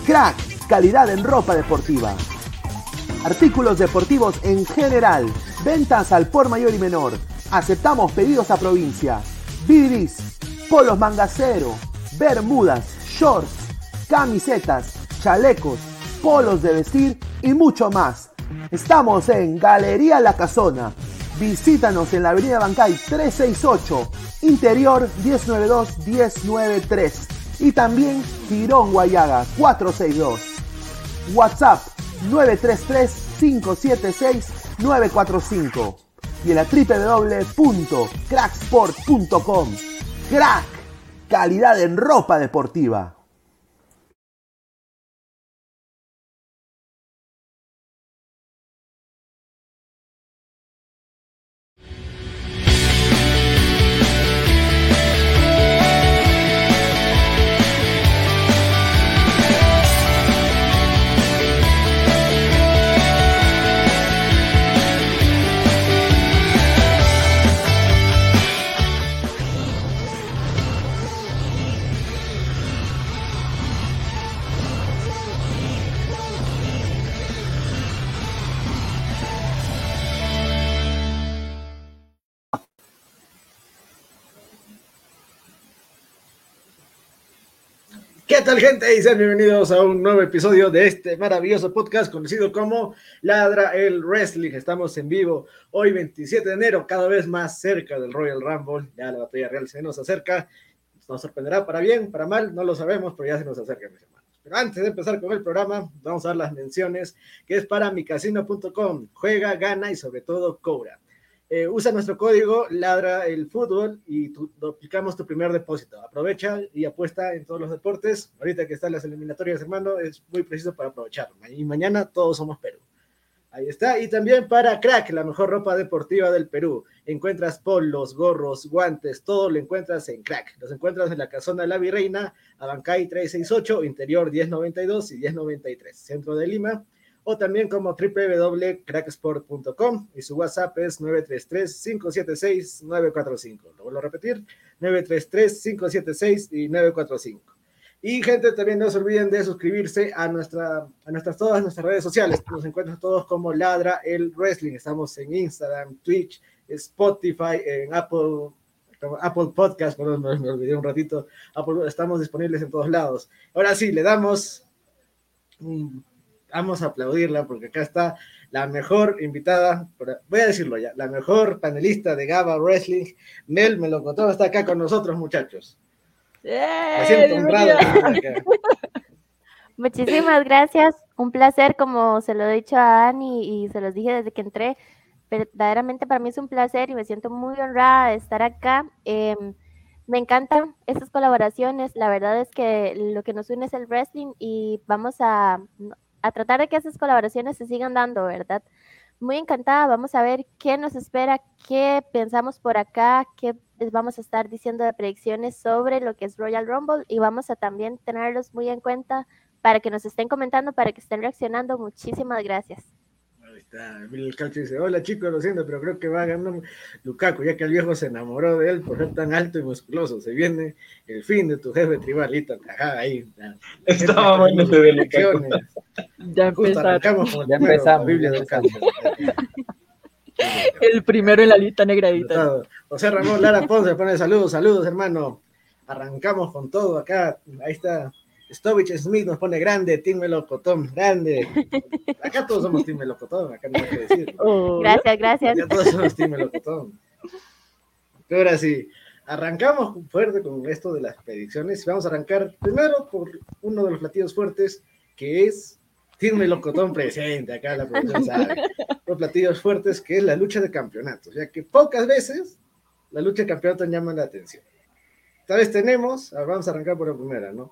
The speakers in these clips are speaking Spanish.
Crack, calidad en ropa deportiva. Artículos deportivos en general. Ventas al por mayor y menor. Aceptamos pedidos a provincia. Bidris, polos mangacero, bermudas, shorts, camisetas, chalecos, polos de vestir y mucho más. Estamos en Galería La Casona. Visítanos en la avenida Bancay 368, interior 1092-1093 y también Girón Guayaga 462. WhatsApp 933-576-945 y en la www.cracksport.com. Crack, calidad en ropa deportiva. ¿Qué tal, gente? Y sean bienvenidos a un nuevo episodio de este maravilloso podcast conocido como Ladra el Wrestling. Estamos en vivo hoy 27 de enero, cada vez más cerca del Royal Rumble. Ya la batalla real se nos acerca. Nos sorprenderá para bien, para mal, no lo sabemos, pero ya se nos acerca, mis hermanos. Pero antes de empezar con el programa, vamos a dar las menciones, que es para micasino.com. Juega, gana y sobre todo cobra. Usa nuestro código Ladra el Fútbol y duplicamos tu primer depósito. Aprovecha y apuesta en todos los deportes. Ahorita que están las eliminatorias, hermano, es muy preciso para aprovechar. Y mañana todos somos Perú. Ahí está. Y también para Crack, la mejor ropa deportiva del Perú. Encuentras polos, gorros, guantes, todo lo encuentras en Crack. Los encuentras en la Casona de la Virreina, Abancay 368, interior 1092 y 1093, centro de Lima. O también como www.cracksport.com y su WhatsApp es 933-576-945. Lo vuelvo a repetir, 933-576-945. Y gente, también no se olviden de suscribirse a todas nuestras redes sociales. Nos encuentran todos como Ladra el Wrestling. Estamos en Instagram, Twitch, Spotify, en Apple Podcast, perdón, me olvidé un ratito. Estamos disponibles en todos lados. Ahora sí, le damos... Vamos a aplaudirla porque acá está la mejor invitada, voy a decirlo ya, la mejor panelista de Gaba Wrestling, Nel Melocotón, está acá con nosotros, muchachos. Me siento honrado. Muchísimas gracias, un placer, como se lo he dicho a Ani y se los dije desde que entré, verdaderamente para mí es un placer y me siento muy honrada de estar acá. Me encantan estas colaboraciones, la verdad es que lo que nos une es el wrestling y vamos a tratar de que esas colaboraciones se sigan dando, ¿verdad? Muy encantada, vamos a ver qué nos espera, qué pensamos por acá, qué les vamos a estar diciendo de predicciones sobre lo que es Royal Rumble y vamos a también tenerlos muy en cuenta para que nos estén comentando, para que estén reaccionando. Muchísimas gracias. Ahí está, el Calcio dice, hola chicos, lo siento, pero creo que va a ganar Lukaku, ya que el viejo se enamoró de él por ser tan alto y musculoso. Se viene el fin de tu jefe tribalito. Ajá, ahí. Estaba bueno ese de Lukaku. Ya empezamos con la Biblia del Calcio. El primero en la lista negradita. José Ramón Lara Ponce pone saludos, hermano. Arrancamos con todo acá. Ahí está. Stovich Smith nos pone grande, Team Melocotón, grande. Acá todos somos Team Melocotón, acá no hay que decir. Gracias. Ya todos somos Team Melocotón. Ahora sí, arrancamos fuerte con esto de las predicciones. Vamos a arrancar primero por uno de los platillos fuertes, que es Team Melocotón presente. Acá la producción sabe. Los platillos fuertes, que es la lucha de campeonatos, ya que pocas veces la lucha de campeonato llama la atención. Esta vez tenemos, vamos a arrancar por la primera, ¿no?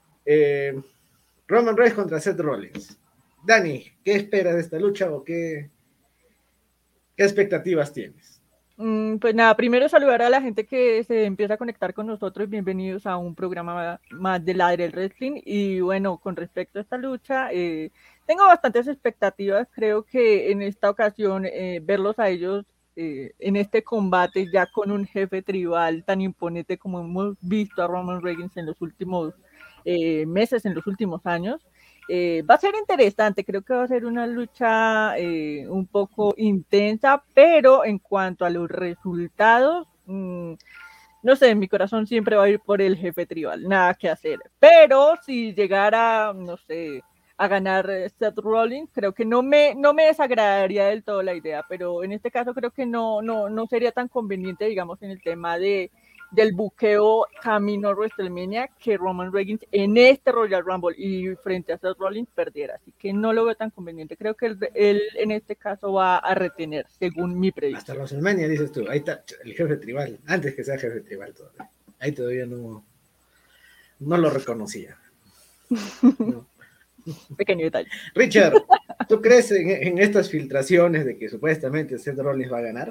Roman Reigns contra Seth Rollins. Dani, ¿qué esperas de esta lucha o qué expectativas tienes? Pues nada, primero saludar a la gente que se empieza a conectar con nosotros. Bienvenidos a un programa más de Ladra el Wrestling. Y bueno, con respecto a esta lucha, tengo bastantes expectativas. Creo que en esta ocasión verlos a ellos en este combate ya con un jefe tribal tan imponente como hemos visto a Roman Reigns en los últimos meses, en los últimos años, Va a ser interesante, creo que va a ser una lucha un poco intensa, pero en cuanto a los resultados, no sé, mi corazón siempre va a ir por el jefe tribal, nada que hacer. Pero si llegara, no sé, a ganar Seth Rollins, creo que no me desagradaría del todo la idea, pero en este caso creo que no sería tan conveniente, digamos, en el tema del buqueo camino a WrestleMania, que Roman Reigns en este Royal Rumble y frente a Seth Rollins perdiera, así que no lo veo tan conveniente. Creo que él en este caso va a retener, según mi predicción. Hasta WrestleMania, dices tú, ahí está el jefe tribal, antes que sea jefe tribal todavía. Ahí todavía no lo reconocía. No. Pequeño detalle. Richard, ¿tú crees en estas filtraciones de que supuestamente Seth Rollins va a ganar?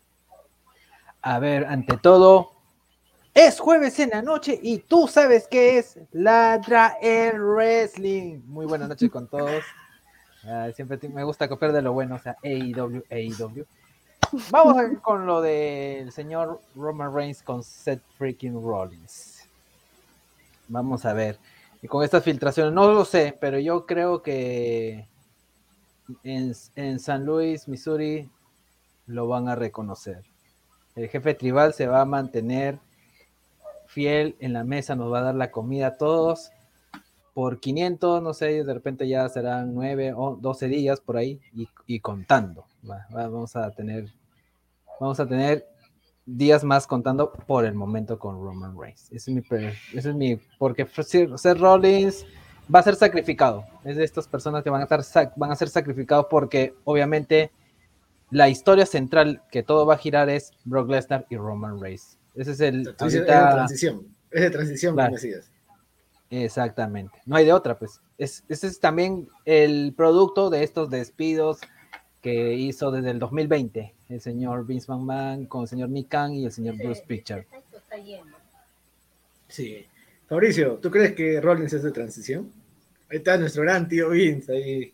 A ver, ante todo, es jueves en la noche y tú sabes qué es Ladra el Wrestling. Muy buenas noches con todos. Siempre me gusta copiar de lo bueno, o sea, AEW. Vamos con lo del señor Roman Reigns con Seth freaking Rollins. Vamos a ver. Y con estas filtraciones, no lo sé, pero yo creo que en San Luis, Missouri, lo van a reconocer. El jefe tribal se va a mantener fiel en la mesa, nos va a dar la comida a todos por 500, no sé, de repente ya serán 9 o 12 días por ahí y contando. Vamos a tener días más contando por el momento con Roman Reigns. Ese es mi porque Seth Rollins va a ser sacrificado. Es de estas personas que van a ser sacrificados porque obviamente la historia central que todo va a girar es Brock Lesnar y Roman Reigns. Ese es el Es de transición, claro. como decías. Exactamente. No hay de otra, pues. Ese es también el producto de estos despidos que hizo desde el 2020 el señor Vince McMahon con el señor Nick Khan y el señor Bruce Pritchard. Sí. Fabricio, ¿tú crees que Rollins es de transición? Ahí está nuestro gran tío Vince ahí.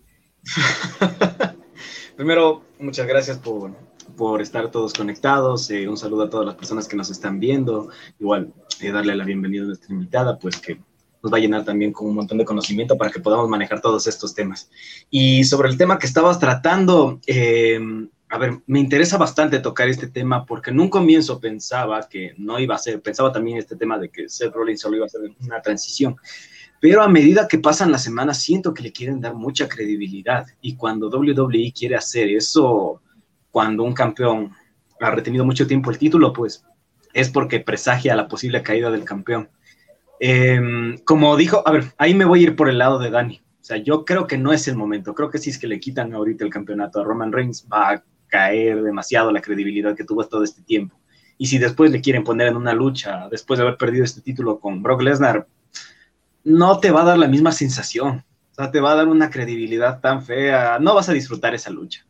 Primero, muchas gracias por estar todos conectados. Un saludo a todas las personas que nos están viendo. Igual, darle la bienvenida a nuestra invitada, pues que nos va a llenar también con un montón de conocimiento para que podamos manejar todos estos temas. Y sobre el tema que estabas tratando, a ver, me interesa bastante tocar este tema porque en un comienzo pensaba que no iba a ser, pensaba también este tema de que Seth Rollins solo iba a ser una transición. Pero a medida que pasan las semanas, siento que le quieren dar mucha credibilidad. Y cuando WWE quiere hacer eso, cuando un campeón ha retenido mucho tiempo el título, pues es porque presagia la posible caída del campeón. Como dijo, a ver, ahí me voy a ir por el lado de Dani. O sea, yo creo que no es el momento. Creo que si es que le quitan ahorita el campeonato a Roman Reigns, va a caer demasiado la credibilidad que tuvo todo este tiempo. Y si después le quieren poner en una lucha, después de haber perdido este título con Brock Lesnar, no te va a dar la misma sensación. O sea, te va a dar una credibilidad tan fea. No vas a disfrutar esa lucha.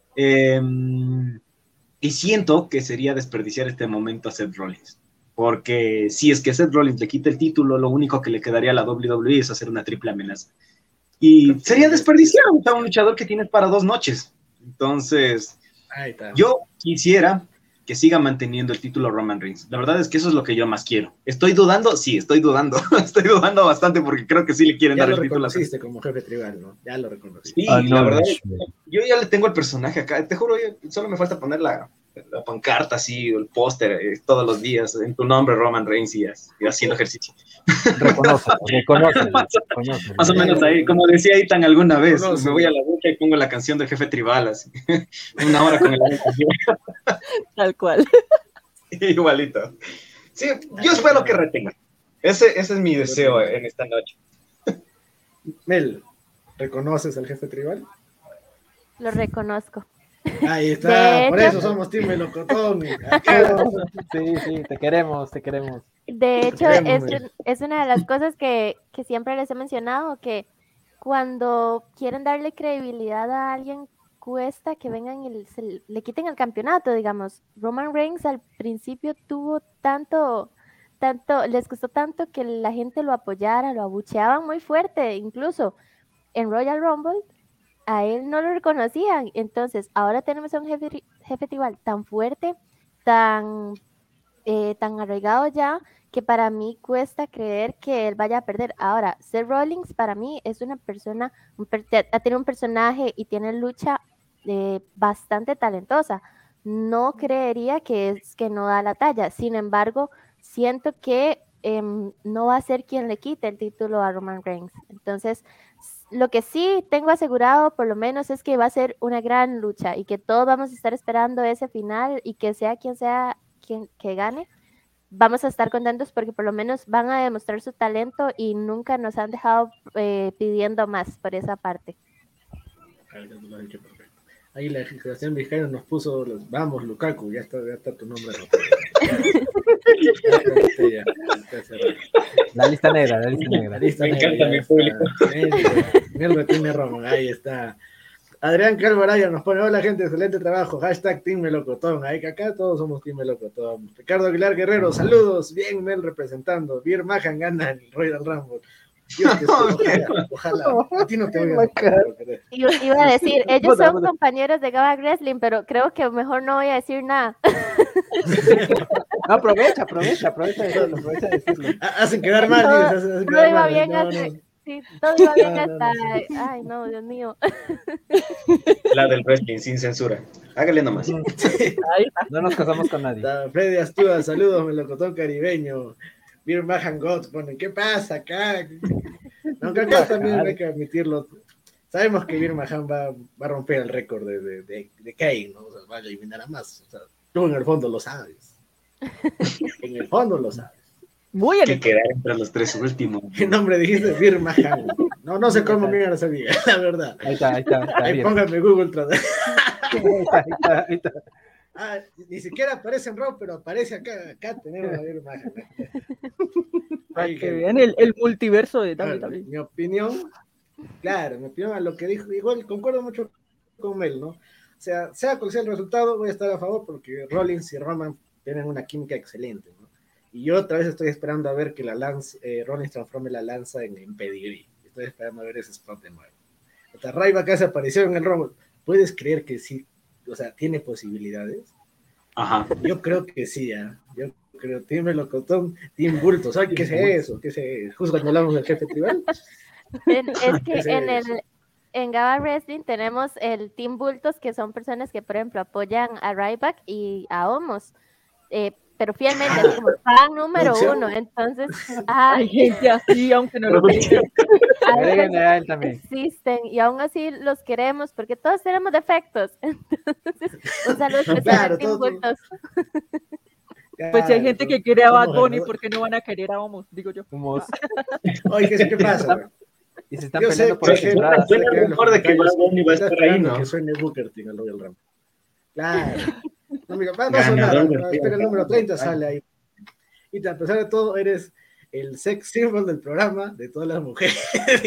Y siento que sería desperdiciar este momento a Seth Rollins. Porque si es que Seth Rollins le quita el título, lo único que le quedaría a la WWE es hacer una triple amenaza. Y sería desperdiciar a un luchador que tienes para 2 noches. Entonces, yo quisiera que siga manteniendo el título Roman Reigns. La verdad es que eso es lo que yo más quiero. ¿Estoy dudando? Sí, estoy dudando. Estoy dudando bastante porque creo que sí le quieren dar el título. Ya lo reconociste como jefe tribal, ¿no? Ya lo reconociste. Sí, la verdad, yo ya le tengo el personaje acá. Te juro, solo me falta poner la pancarta así, el póster todos los días en tu nombre, Roman Reigns, y haciendo ejercicio. Reconoce. Más o menos ahí, como decía Ethan alguna vez, me voy a la ducha y pongo la canción del jefe tribal, así. 1 hora con el Tal cual. Igualito. Sí, yo espero que retenga. Ese es mi deseo en esta noche. Mel, ¿reconoces al jefe tribal? Lo reconozco. Ahí está, por eso somos Team Melocotón. Sí, te queremos. De hecho, es una de las cosas que siempre les he mencionado, que cuando quieren darle credibilidad a alguien, cuesta que vengan y le quiten el campeonato, digamos. Roman Reigns al principio tuvo tanto, les costó tanto que la gente lo apoyara, lo abucheaban muy fuerte, incluso en Royal Rumble, a él no lo reconocían. Entonces, ahora tenemos a un jefe tribal tan fuerte, tan arraigado ya, que para mí cuesta creer que él vaya a perder. Ahora, Seth Rollins para mí es una persona, tiene un personaje y tiene lucha bastante talentosa. No creería que es que no da la talla. Sin embargo, siento que no va a ser quien le quite el título a Roman Reigns. Entonces, lo que sí tengo asegurado, por lo menos, es que va a ser una gran lucha y que todos vamos a estar esperando ese final y que sea quien que gane, vamos a estar contentos porque por lo menos van a demostrar su talento y nunca nos han dejado pidiendo más por esa parte. Ahí la legislación vizcaína nos puso vamos Lukaku, ya está tu nombre. La lista negra. Me encanta mi público. Mierda, tiene Roman, ahí está. Adrián Calvo Araya nos pone, hola gente, excelente trabajo, hashtag Team Melocotón, ahí que acá todos somos Team Melocotón. Ricardo Aguilar Guerrero, saludos, bien Mel representando, Beer Mahan gana el Royal Rumble. Dios, ojalá, a ti no te voy a Iba a decir, ellos son compañeros de Gaba Wrestling, pero creo que mejor no voy a decir nada. No, aprovecha de decirlo. Hacen quedar mal. Todo iba bien sí, todo iba bien hasta... Ay, no, Dios mío. La del wrestling sin censura. Hágale nomás. No nos casamos con nadie. Freddy Astúa, saludos, melocotón caribeño. Beer Mahan God, ponen, ¿qué pasa acá? Aunque acá también hay que admitirlo. Sabemos que Beer Mahan va a romper el récord de Kane, ¿no? O sea, va a eliminar a más. O sea, tú en el fondo lo sabes. En el fondo lo sabes. Muy bien. Que quedar entre los tres últimos. ¿Qué nombre dijiste? Beer Mahan. No sé cómo mira esa amiga, la verdad. Ahí está. Ahí póngame Google Ahí está. Ah, ni siquiera aparece en Raw, pero aparece acá tenemos a Beer Mahan. Para que vean el multiverso de WWE. Mi opinión, a lo que dijo, igual concuerdo mucho con Mel, ¿no? O sea cual sea el resultado, voy a estar a favor porque Rollins y Roman tienen una química excelente, ¿no? Y yo otra vez estoy esperando a ver que Rollins transforme la lanza en pedigree. Estoy esperando a ver ese spot de nuevo. Hasta Ryback se apareció en el Rumble. ¿Puedes creer que sí? O sea, ¿tiene posibilidades? Ajá. Yo creo que sí, yo creo, Team Melocotón, Team Bultos, ¿sabes qué es eso? Justo cuando hablamos del jefe tribal. Es que en Gaba Wrestling tenemos el Team Bultos, que son personas que, por ejemplo, apoyan a Ryback y a Omos, pero fielmente, es como fan número uno, entonces... Hay gente así, aunque no lo crean. Agréguenle también. Existen, y aún así los queremos, porque todos tenemos defectos, entonces, un saludo especial Claro, a Team Bultos. Pues si hay gente que quiere a Bad Bunny, ¿por qué no van a querer a Homos? Digo yo. Oye, ¿qué pasa? Y se están peleando por esa entrada. Suena el mejor de que Bad Bunny va a estar ahí, ¿no? Que suene Booker T en el Royal Rumble. Claro. No, amigo, va a sonar, espera, el número 30 sale ahí. Y a pesar de todo, eres el sex symbol del programa de todas las mujeres.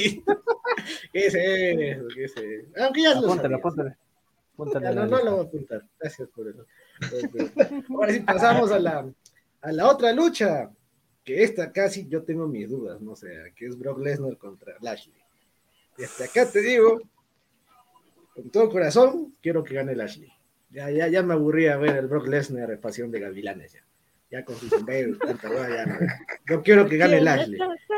¿Qué es eso? Aunque ya lo sabía. Apúntale. No lo voy a apuntar. Gracias por eso. Ahora sí pasamos a la otra lucha, que esta casi yo tengo mis dudas, no sé, que es Brock Lesnar contra Lashley. Y hasta acá te digo, con todo corazón, quiero que gane Lashley. Ya me aburría ver el Brock Lesnar Pasión de Gavilanes ya con su sombrero, tanta hueá, ya no. Yo quiero que gane Lashley.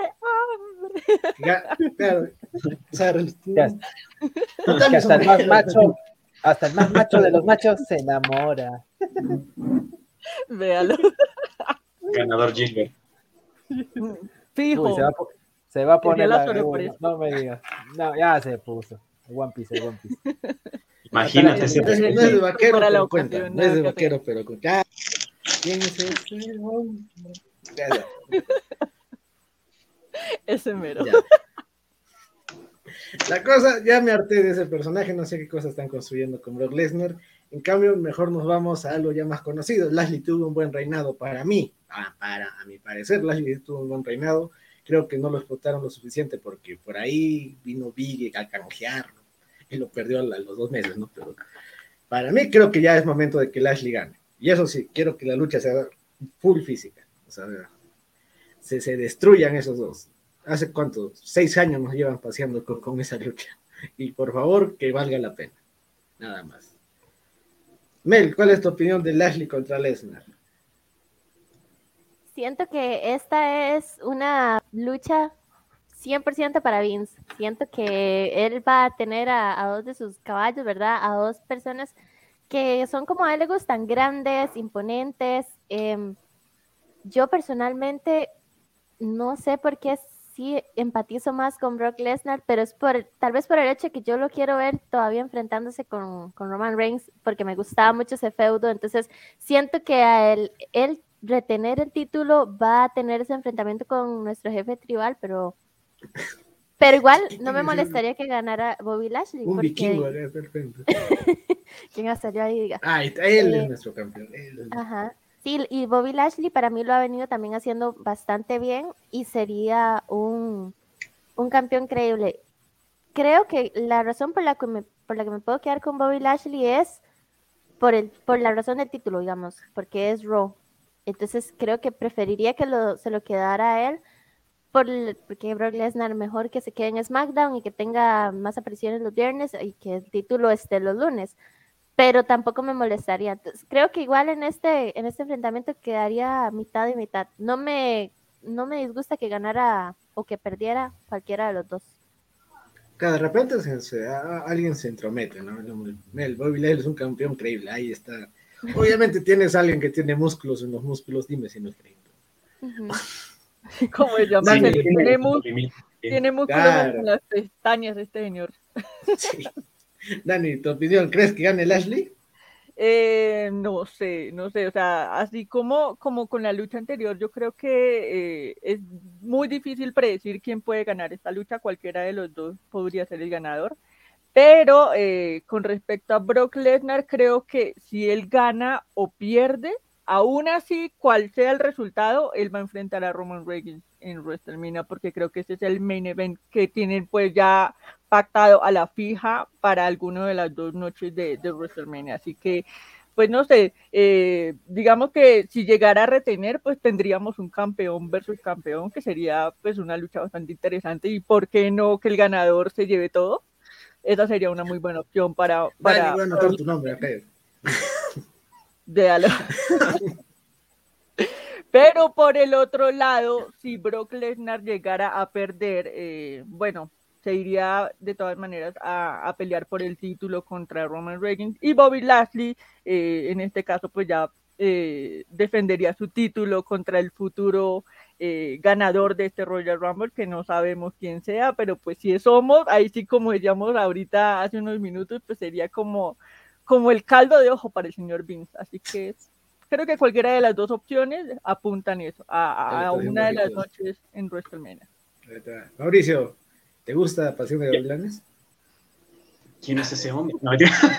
Claro, o sea, que hasta el más macho de los machos se enamora. Véalo. Ganador Gilbert. Fijo. Uy, se va a poner no me digas. No, ya se puso. El One Piece. Imagínate ese. no es de vaquero, Para la pero cuenta. ocasión, No es de no, vaquero, pero cuenta. ¿Quién es ese hombre? Ese mero. Ya. La cosa, ya me harté de ese personaje, no sé qué cosas están construyendo con Brock Lesnar. En cambio, mejor nos vamos a algo ya más conocido. Lashley tuvo un buen reinado para mí. A mi parecer, Lashley tuvo un buen reinado. Creo que no lo explotaron lo suficiente porque por ahí vino Big a canjearlo. Y lo perdió a los 2 meses, ¿no? Pero para mí creo que ya es momento de que Lashley gane. Y eso sí, quiero que la lucha sea full física. O sea, se destruyan esos dos. ¿Hace cuánto? 6 años nos llevan paseando con esa lucha. Y por favor, que valga la pena. Nada más. Mel, ¿cuál es tu opinión de Lashley contra Lesnar? Siento que esta es una lucha 100% para Vince. Siento que él va a tener a dos de sus caballos, ¿verdad? A dos personas que son como a él le gustan, grandes, imponentes. Yo personalmente no sé por qué sí empatizo más con Brock Lesnar, pero es tal vez por el hecho de que yo lo quiero ver todavía enfrentándose con Roman Reigns, porque me gustaba mucho ese feudo. Entonces siento que a él retener el título va a tener ese enfrentamiento con nuestro jefe tribal, pero igual no me molestaría que ganara Bobby Lashley. Un porque vikingo, perfecto. ¿quién hasta yo ahí diga? Él es nuestro campeón. Ajá. Sí, y Bobby Lashley para mí lo ha venido también haciendo bastante bien y sería un campeón creíble. Creo que la razón por la que me puedo quedar con Bobby Lashley es por la razón del título, digamos, porque es Raw. Entonces creo que preferiría que se lo quedara a él, porque Brock Lesnar mejor que se quede en SmackDown y que tenga más apariciones los viernes y que el título esté los lunes. Pero tampoco me molestaría. Entonces, creo que igual en este enfrentamiento quedaría mitad y mitad. No me disgusta que ganara o que perdiera cualquiera de los dos. De repente alguien se entromete, ¿no? El Bobby Lashley es un campeón creíble, ahí está. Obviamente tienes a alguien que tiene músculos en los músculos, dime si no es creíble. Como ella Dani, tiene músculos claro. en las pestañas este señor. Sí. Dani, ¿tu opinión? ¿Crees que gane Lashley? No sé, o sea, así como con la lucha anterior, yo creo que es muy difícil predecir quién puede ganar esta lucha, cualquiera de los dos podría ser el ganador, pero con respecto a Brock Lesnar, creo que si él gana o pierde, aún así, cual sea el resultado, él va a enfrentar a Roman Reigns en WrestleMania, porque creo que ese es el main event que tienen pues ya pactado a la fija para alguno de las dos noches de WrestleMania. Así que, pues no sé, digamos que si llegara a retener, pues tendríamos un campeón versus campeón, que sería pues una lucha bastante interesante, y por qué no que el ganador se lleve todo. Esa sería una muy buena opción para Dani, voy a anotar tu nombre acá. Pero por el otro lado, si Brock Lesnar llegara a perder, bueno, se iría de todas maneras a pelear por el título contra Roman Reigns, y Bobby Lashley, en este caso, pues ya defendería su título contra el futuro ganador de este Royal Rumble, que no sabemos quién sea, pero pues si somos, ahí sí, como decíamos ahorita hace unos minutos, pues sería como el caldo de ojo para el señor Vince. Así que creo que cualquiera de las dos opciones apuntan eso, a una de las noches en WrestleMania. Mauricio, ¿te gusta Pasión de Gavilanes? ¿Quién es ese hombre? No,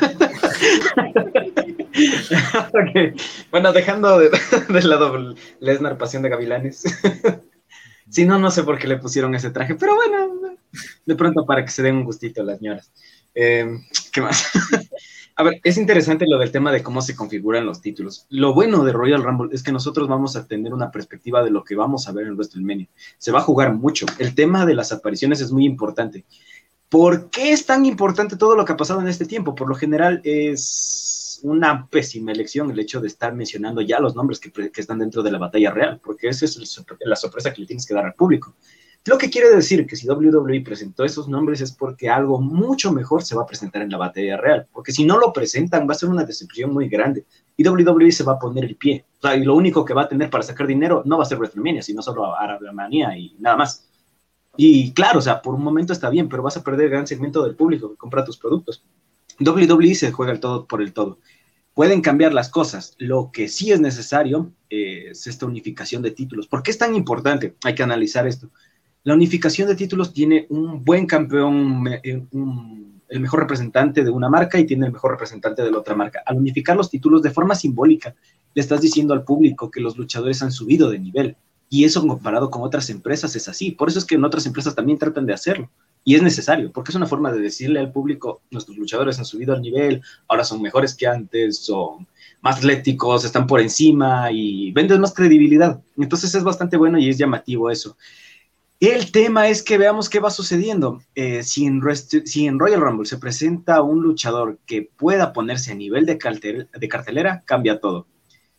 okay. Bueno, dejando de lado Lesnar, Pasión de Gavilanes. Si no, no sé por qué le pusieron ese traje, pero bueno, de pronto para que se den un gustito a las señoras. ¿Qué más? A ver, es interesante lo del tema de cómo se configuran los títulos. Lo bueno de Royal Rumble es que nosotros vamos a tener una perspectiva de lo que vamos a ver en WrestleMania. Se va a jugar mucho. El tema de las apariciones es muy importante. ¿Por qué es tan importante todo lo que ha pasado en este tiempo? Por lo general es una pésima elección el hecho de estar mencionando ya los nombres que están dentro de la batalla real, porque esa es la sorpresa que le tienes que dar al público. Lo que quiere decir que si WWE presentó esos nombres es porque algo mucho mejor se va a presentar en la batalla real, porque si no lo presentan va a ser una decepción muy grande y WWE se va a poner el pie. O sea, y lo único que va a tener para sacar dinero no va a ser WrestleMania, sino solo Arabia y nada más. Y claro, o sea, por un momento está bien, pero vas a perder el gran segmento del público que compra tus productos. WWE se juega el todo por el todo. Pueden cambiar las cosas. Lo que sí es necesario es esta unificación de títulos. ¿Por qué es tan importante? Hay que analizar esto. La unificación de títulos tiene un buen campeón, el mejor representante de una marca y tiene el mejor representante de la otra marca. Al unificar los títulos de forma simbólica, le estás diciendo al público que los luchadores han subido de nivel. Y eso comparado con otras empresas es así. Por eso es que en otras empresas también tratan de hacerlo. Y es necesario, porque es una forma de decirle al público, nuestros luchadores han subido al nivel, ahora son mejores que antes, son más atléticos, están por encima y vendes más credibilidad. Entonces es bastante bueno y es llamativo eso. El tema es que veamos qué va sucediendo. Si en Royal Rumble se presenta un luchador que pueda ponerse a nivel de cartelera, cambia todo.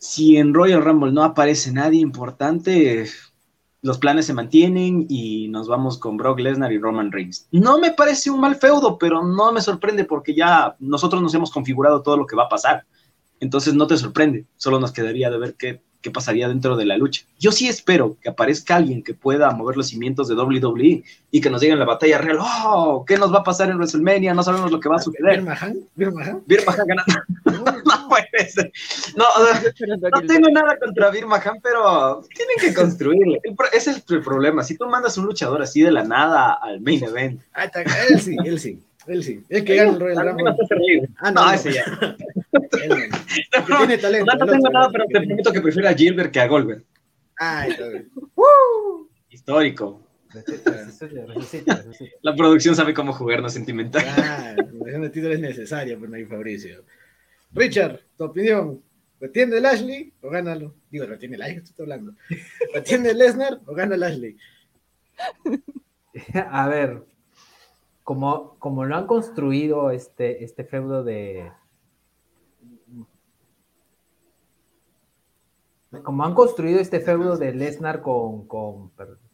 si en Royal Rumble no aparece nadie importante, los planes se mantienen y nos vamos con Brock Lesnar y Roman Reigns. No me parece un mal feudo, pero no me sorprende porque ya nosotros nos hemos configurado todo lo que va a pasar. Entonces no te sorprende, solo nos quedaría de ver qué pasaría dentro de la lucha. Yo sí espero que aparezca alguien que pueda mover los cimientos de WWE y que nos diga en la batalla real, oh, ¿qué nos va a pasar en WrestleMania? No sabemos lo que va a suceder. ¿Bir Mahan ganando. No puede ser. No tengo nada contra Bir Mahan, pero tienen que construirle. Ese es el problema. Si tú mandas un luchador así de la nada al main event. Él sí. Es que gana el Royal Rumble. No, ese ya. Tiene talento. No tengo nada, pero te prometo que prefiero a Gilbert que a Goldberg. Histórico. Resucita. La producción sabe cómo jugarnos sentimental. La relación de título es necesaria, pero no hay Fabricio. Richard, tu opinión. ¿Retiene Lashley o gánalo? Digo, retiene Lashley, estoy hablando. ¿Retiene Lesnar o gana Lashley? A ver, como lo han construido este feudo como han construido este feudo de Lesnar con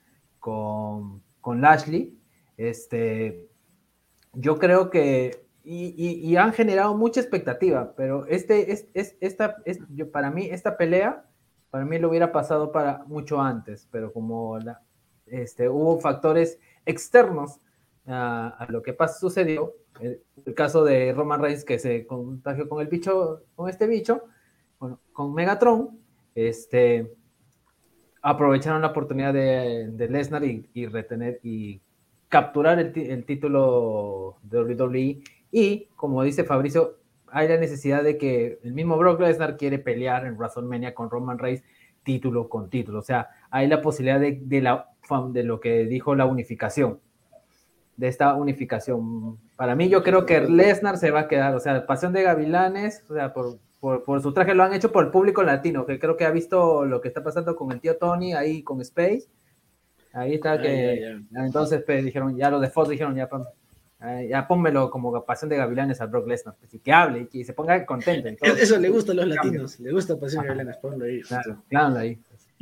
Lashley, yo creo que y han generado mucha expectativa, pero para mí esta pelea lo hubiera pasado para mucho antes, pero como hubo factores externos a lo que sucedió, el caso de Roman Reigns que se contagió con este bicho, bueno, con Megatron, aprovecharon la oportunidad de Lesnar y retener y capturar el título de WWE, y como dice Fabricio, hay la necesidad de que el mismo Brock Lesnar quiere pelear en WrestleMania con Roman Reigns título con título, o sea, hay la posibilidad de lo que dijo la unificación, de esta unificación. Para mí yo creo que Lesnar se va a quedar, o sea, Pasión de Gavilanes, o sea, por su traje lo han hecho por el público latino, que creo que ha visto lo que está pasando con el tío Tony ahí con Space. Ahí está entonces dijeron, ya los de Fox dijeron, ya pónmelo como Pasión de Gavilanes a Brock Lesnar, pues, y que hable y se ponga contento. Entonces, eso le gusta a los latinos, le gusta Pasión de Gavilanes, ponlo ahí. Claro, ahí.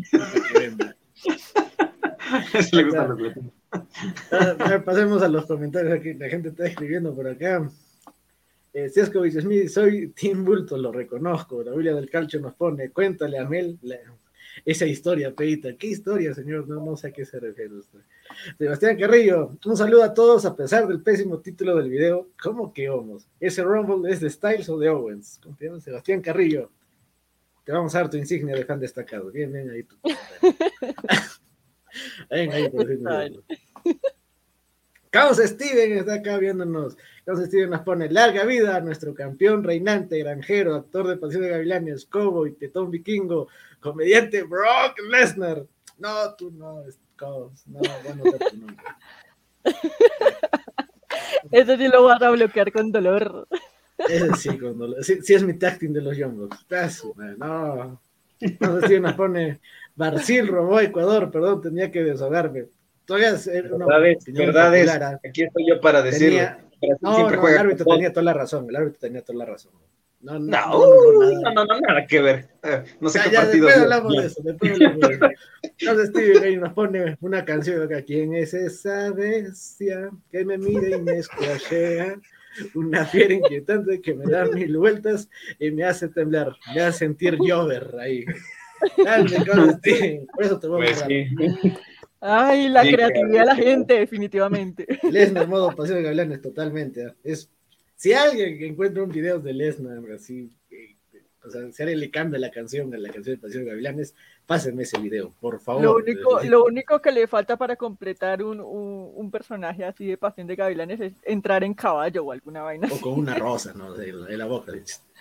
Eso le gusta a los latinos. Pasemos a los comentarios aquí, la gente está escribiendo por acá. Siescovich Smith, soy Tim Bulto, lo reconozco. La Biblia del Calcio nos pone, cuéntale a Mel esa historia, Peita. ¿Qué historia, señor? No sé a qué se refiere usted. Sebastián Carrillo, un saludo a todos a pesar del pésimo título del video. ¿Cómo que homos? ¿Ese Rumble es de Styles o de Owens? Confiamos, Sebastián Carrillo. Te vamos a dar tu insignia de fan destacado. Bien ahí tú. Ven ahí por decirme. Caos Steven está acá viéndonos. Caos Steven nos pone, larga vida a nuestro campeón reinante, granjero, actor de Pasión de Gavilanes, cowboy, tetón vikingo, comediante Brock Lesnar. No, tú no, es Caos. No, bueno, tu nombre. Eso sí lo vas a bloquear con dolor. Ese sí, con dolor. Sí es mi tag team de los Young Bucks. No. Caos Steven nos pone, Brasil robó Ecuador, perdón, tenía que desahogarme. Todavía verdades, aquí estoy yo para decirlo. El árbitro tenía toda la razón. No, nada que ver. No sé qué partido. Después hablamos de eso. Entonces Steve ahí nos pone una canción acá. ¿Quién es esa bestia que me mira y me escuachea? Una fiera inquietante que me da 1000 vueltas y me hace temblar, me hace sentir llover ahí. Dale, Steve. Por eso te voy a hablar. Ay, la creatividad de la gente, definitivamente. Lesnar, modo Pasión de Gavilanes, totalmente. Si alguien que encuentra un video de Lesnar, así, o sea, si alguien le cambia la canción de Pasión de Gavilanes, pásenme ese video, por favor. Lo único que le falta para completar un personaje así de Pasión de Gavilanes es entrar en caballo o alguna vaina. O con una rosa, ¿no? En la boca.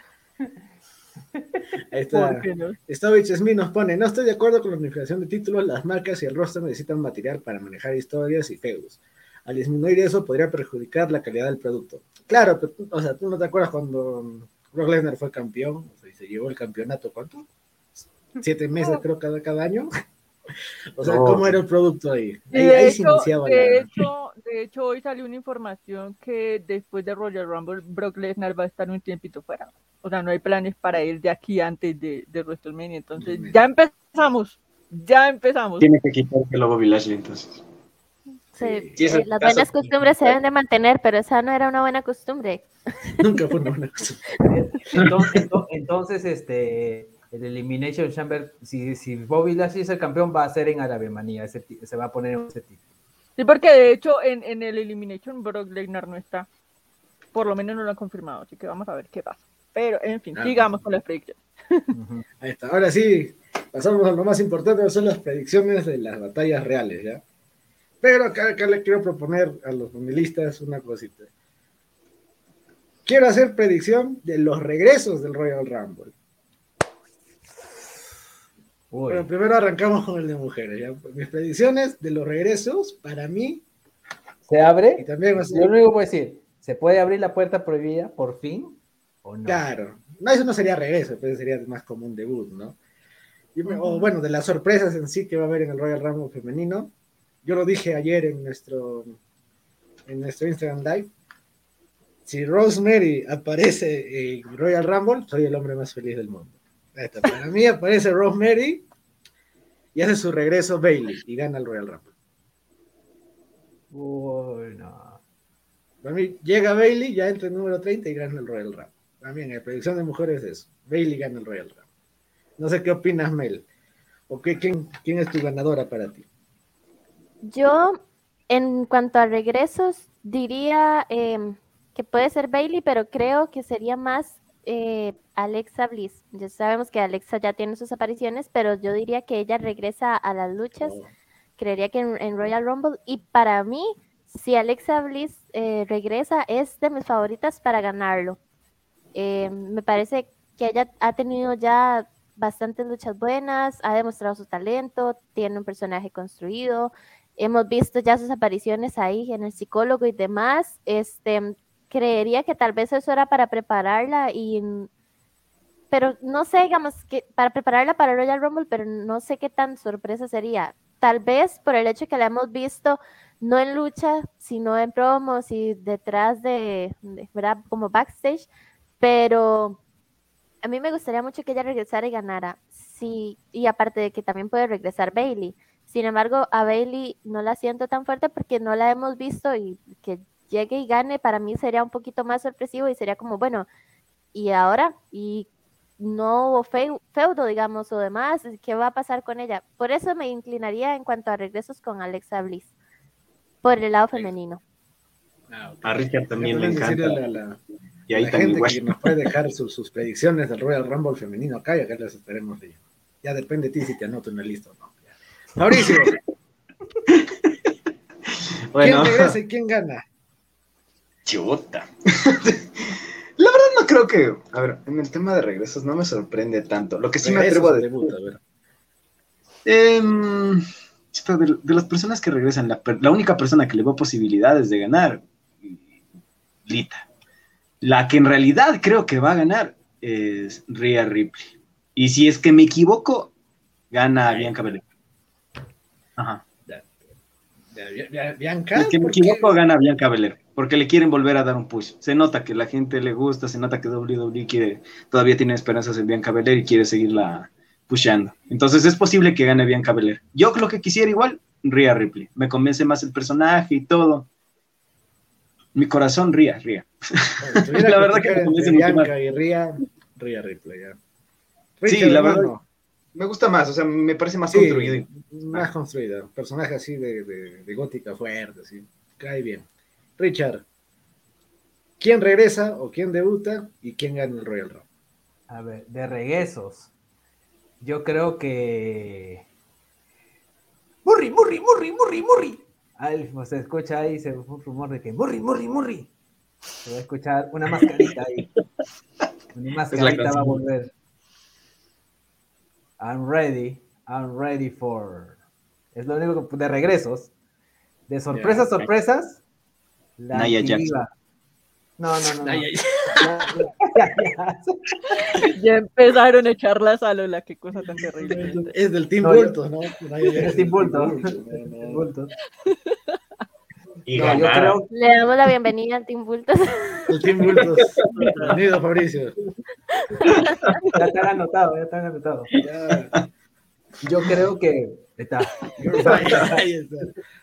Ahí está. Stovich Smith nos pone, no estoy de acuerdo con la unificación de títulos, las marcas y el roster necesitan material para manejar historias y feudos. Al disminuir eso podría perjudicar la calidad del producto. Claro, pero, o sea, ¿tú no te acuerdas cuando Brock Lesnar fue campeón? O sea, y se llevó el campeonato, ¿cuánto? 7 meses creo cada año. O sea, No. ¿cómo era el producto ahí? Y Ahí se iniciaba de hecho, hoy salió una información que después de Royal Rumble, Brock Lesnar va a estar un tiempito fuera. O sea, no hay planes para él de aquí antes de WrestleMania. Entonces, ya empezamos. Tiene que quitarse el Bobby Lashley, entonces. Sí, Sí, es el las caso. buenas costumbres se deben de mantener, pero esa no era una buena costumbre. Nunca fue una buena cosa. Entonces, el Elimination Chamber, si Bobby Lashley es el campeón, va a ser en Arabia Manía, se va a poner en ese título. Sí, porque de hecho en el Elimination Brock Lesnar no está. Por lo menos no lo han confirmado, así que vamos a ver qué pasa. Pero, en fin, sigamos con las predicciones. Ahí está. Ahora sí, pasamos a lo más importante, que son las predicciones de las batallas reales, ¿ya? Pero acá le quiero proponer a los panelistas una cosita. Quiero hacer predicción de los regresos del Royal Rumble. Uy. Bueno, primero arrancamos con el de mujeres, ¿ya? Mis predicciones de los regresos, para mí, ¿Se abre? y también va a ser... Yo lo único que puedo decir, ¿se puede abrir la puerta prohibida por fin o no? Claro, no, eso no sería regreso, pues sería más como un debut, ¿no? O bueno, de las sorpresas en sí que va a haber en el Royal Rumble femenino, yo lo dije ayer en nuestro Instagram Live, si Rosemary aparece en Royal Rumble, soy el hombre más feliz del mundo. Ahí está. Para mí aparece Rosemary y hace su regreso Bayley y gana el Royal Rumble. Uy, no. Para mí llega Bayley, ya entra el número 30 y gana el Royal Rumble. También en la predicción de mujeres es eso, Bayley gana el Royal Rumble. No sé qué opinas, Mel. ¿O quién es tu ganadora para ti? Yo, en cuanto a regresos, diría que puede ser Bayley, pero creo que sería más Alexa Bliss. Ya sabemos que Alexa ya tiene sus apariciones, pero yo diría que ella regresa a las luchas. Creería que en Royal Rumble. Y para mí, si Alexa Bliss regresa, es de mis favoritas para ganarlo. Me parece que ella ha tenido ya bastantes luchas buenas, ha demostrado su talento, tiene un personaje construido, hemos visto ya sus apariciones ahí en el psicólogo y demás. Creería que tal vez eso era para prepararla pero no sé, digamos, que para prepararla para Royal Rumble, pero no sé qué tan sorpresa sería. Tal vez por el hecho que la hemos visto no en lucha, sino en promos y detrás ¿verdad? Como backstage, pero a mí me gustaría mucho que ella regresara y ganara. Sí, y aparte de que también puede regresar Bayley. Sin embargo, a Bayley no la siento tan fuerte porque no la hemos visto, y que llegue y gane para mí sería un poquito más sorpresivo y sería como, bueno, ¿y ahora? ¿Y no hubo feudo, digamos, o demás? ¿Qué va a pasar con ella? Por eso me inclinaría en cuanto a regresos con Alexa Bliss, por el lado femenino. A Richard también le encanta. Y ahí la gente que nos puede dejar sus predicciones del Royal Rumble femenino acá, y acá las estaremos leyendo. Ya depende de ti si te anoto en la lista o no. Mauricio. Bueno. ¿Quién regresa y quién gana? Chuta. La verdad no creo que... A ver, en el tema de regresos no me sorprende tanto. Lo que sí me atrevo a decir... de las personas que regresan, la única persona que le veo posibilidades de ganar, Lita. La que en realidad creo que va a ganar es Rhea Ripley. Y si es que me equivoco, gana Bianca Belair. Ajá. ¿Bianca? Si es que me equivoco, gana Bianca Belair. Porque le quieren volver a dar un push. Se nota que la gente le gusta, se nota que WWE todavía tiene esperanzas en Bianca Belair y quiere seguirla pushando. Entonces es posible que gane Bianca Belair. Yo lo que quisiera igual, Rhea Ripley. Me convence más el personaje y todo. Mi corazón, Rhea. Bueno, la verdad que me convence Bianca y Rhea Ripley, ya. Richard, sí, la verdad, me gusta más, o sea, me parece más construido. Más construido, personaje así de gótica fuerte, así, cae bien. Richard, ¿quién regresa o quién debuta y quién gana el Royal Rumble? A ver, de regresos, yo creo que... ¡Murray! Se escucha ahí, un rumor de que ¡Murray! Se va a escuchar una mascarita ahí. Una mascarita va a volver. I'm ready for... Es lo único que, de regresos. De sorpresas, la Nia Jackson. No. Ya empezaron a echar la salola, qué cosa tan terrible. Es del Team No, Bultos, ¿no? Es Team Bultos. No. Bultos. Y No, yo ganar. creo, Le damos la bienvenida al Team Bultos. El Team Bultos. Bienvenido, Fabricio. ya están anotado. Ya. Yo creo que está. Ahí está.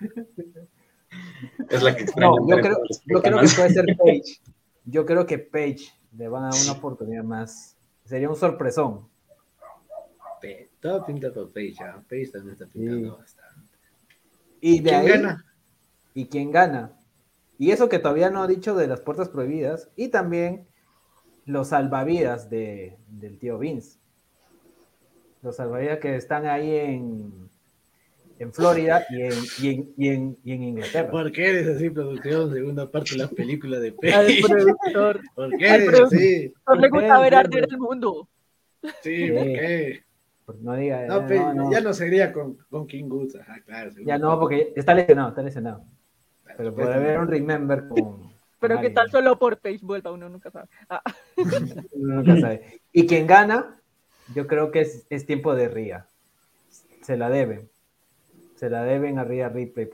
Es la que extraña. No, yo creo que puede ser Paige. Yo creo que Paige le van a dar una oportunidad más. Sería un sorpresón. Todo pinta por Paige, ¿ah? Paige también está pintando Sí. bastante. Y de ¿Quién ahí, gana? ¿Y quién gana? Y eso que todavía no ha dicho de las puertas prohibidas. Y también los salvavidas del tío Vince. Los salvavidas que están ahí en Florida y en Inglaterra. ¿Por qué eres así, producción? Segunda parte de la película de Al Paige. productor. ¿Por qué Al eres productor. así? No le gusta ver Sí, arder el mundo. Sí, ¿por qué? Pues no diga. No, no. ya no sería con King Goods. Ajá, claro. Ya no, porque está lesionado. Pero Pues, puede haber un remember con. Pero con qué tal alguien. solo por Paige vuelva, uno nunca sabe. Uno nunca sabe. Y quien gana, yo creo que es tiempo de Rhea. Se la deben. Se la deben a Rhea Ripley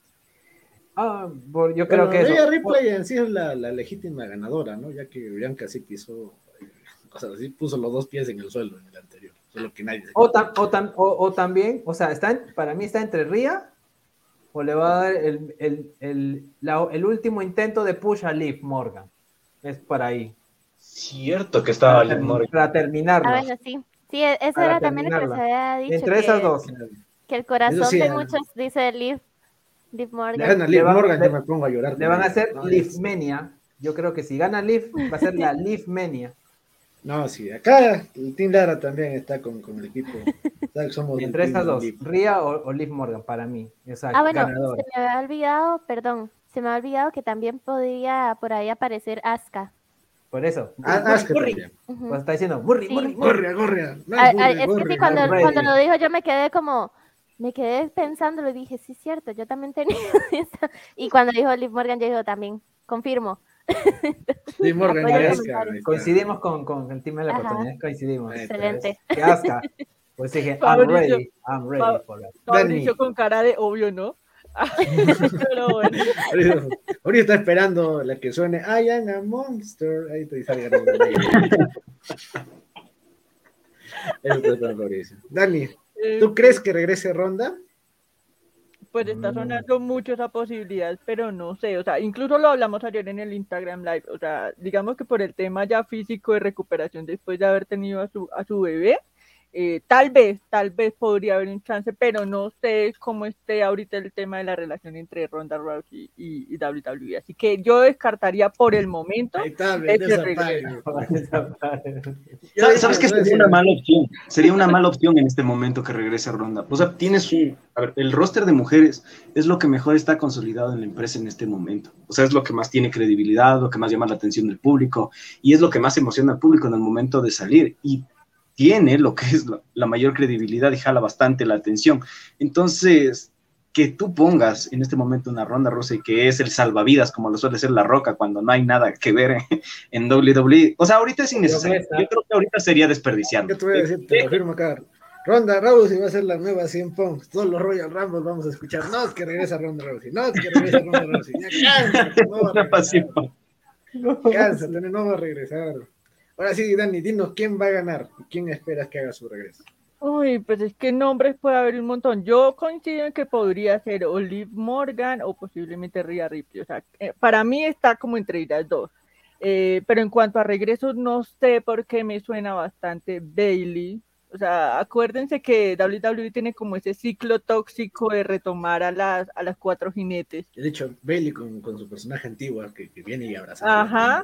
yo creo que Rhea eso. Ripley en sí es la legítima ganadora, ¿no? Ya que Bianca sí quiso, o sea, sí puso los dos pies en el suelo en el anterior, solo que nadie se O también, o sea, para mí está entre Rhea o le va a dar el último intento de push a Liv Morgan. Es para ahí. Cierto que estaba Liv Morgan. Para terminarlo. Ah, bueno, sí. Sí, eso Para era también lo que se terminarla. había dicho. Entre esas dos. Que el corazón Eso sí, de muchos dice Liv le Morgan. gana Liv Le va- Morgan, le- yo me pongo a llorar. Le van a con ella. hacer No, Livmania. Yo creo que si gana Liv, va a ser la Livmania. No, sí, acá el Team Lara también está con el equipo. Somos Entre del esas team dos, Liv. Rhea o Liv Morgan, para mí. Exacto, Ah, bueno, ganadora. se me había olvidado, perdón, se me había olvidado que también podía por ahí aparecer Asuka. Por eso. Asuka Murray. también. Ujú. Pues está diciendo, Murray, Sí. Murray, Murray. Gorria. No Ah, es es que sí, cuando Ready. lo dijo yo me quedé pensándolo y dije, sí es cierto, yo también tenía esa. Y cuando dijo Liv Morgan, yo digo también, confirmo. Liv Morgan y Apoyo el Asuka, comentario. ahí está. Coincidimos con el team de la Ajá. oportunidad, coincidimos. Ahí está. Excelente. Que Asuka. Pues dije, I'm Fabricio. ready for that. Fabricio Dani. con cara de obvio, ¿no? Pero bueno. Ahorita está esperando la que suene I am a monster. Ahí te salga el nombre. Eso está esperando Mauricio. Dani, ¿tú crees que regrese Ronda? Pues está sonando mucho esa posibilidad, pero no sé, o sea, incluso lo hablamos ayer en el Instagram Live, o sea, digamos que por el tema ya físico de recuperación después de haber tenido a su bebé, tal vez podría haber un chance, pero no sé cómo esté ahorita el tema de la relación entre Ronda Rousey y WWE, así que yo descartaría por el momento Ahí está, ese esa regreso. ¿Sabes qué sería una mala opción? Sería una mala opción en este momento que regrese a Ronda. O sea, a ver, el roster de mujeres es lo que mejor está consolidado en la empresa en este momento. O sea, es lo que más tiene credibilidad, lo que más llama la atención del público y es lo que más emociona al público en el momento de salir. Y tiene lo que es la mayor credibilidad y jala bastante la atención. Entonces, que tú pongas en este momento una Ronda Rousey que es el salvavidas, como lo suele ser La Roca, cuando no hay nada que ver en WWE. O sea, ahorita es innecesario. Yo creo que ahorita sería desperdiciarlo. Yo te voy a decir, te lo firmo acá. Ronda Rousey va a ser la nueva 100 Punk. Todos los Royal Rumble vamos a escuchar. No, es que regresa Ronda Rousey. No, es que regresa Ronda Rousey. Ya cánsate, no va a regresar. Cánsate, no va a regresar. Ahora sí, Dani, dinos quién va a ganar y quién esperas que haga su regreso. Uy, pues es que nombres puede haber un montón. Yo coincido en que podría ser o Liv Morgan o posiblemente Rhea Ripley. O sea, para mí está como entre ellas dos. Pero en cuanto a regresos, no sé por qué me suena bastante Bayley. O sea, acuérdense que WWE tiene como ese ciclo tóxico de retomar a las cuatro jinetes. De hecho, Bailey con su personaje antiguo que viene y abraza. Ajá,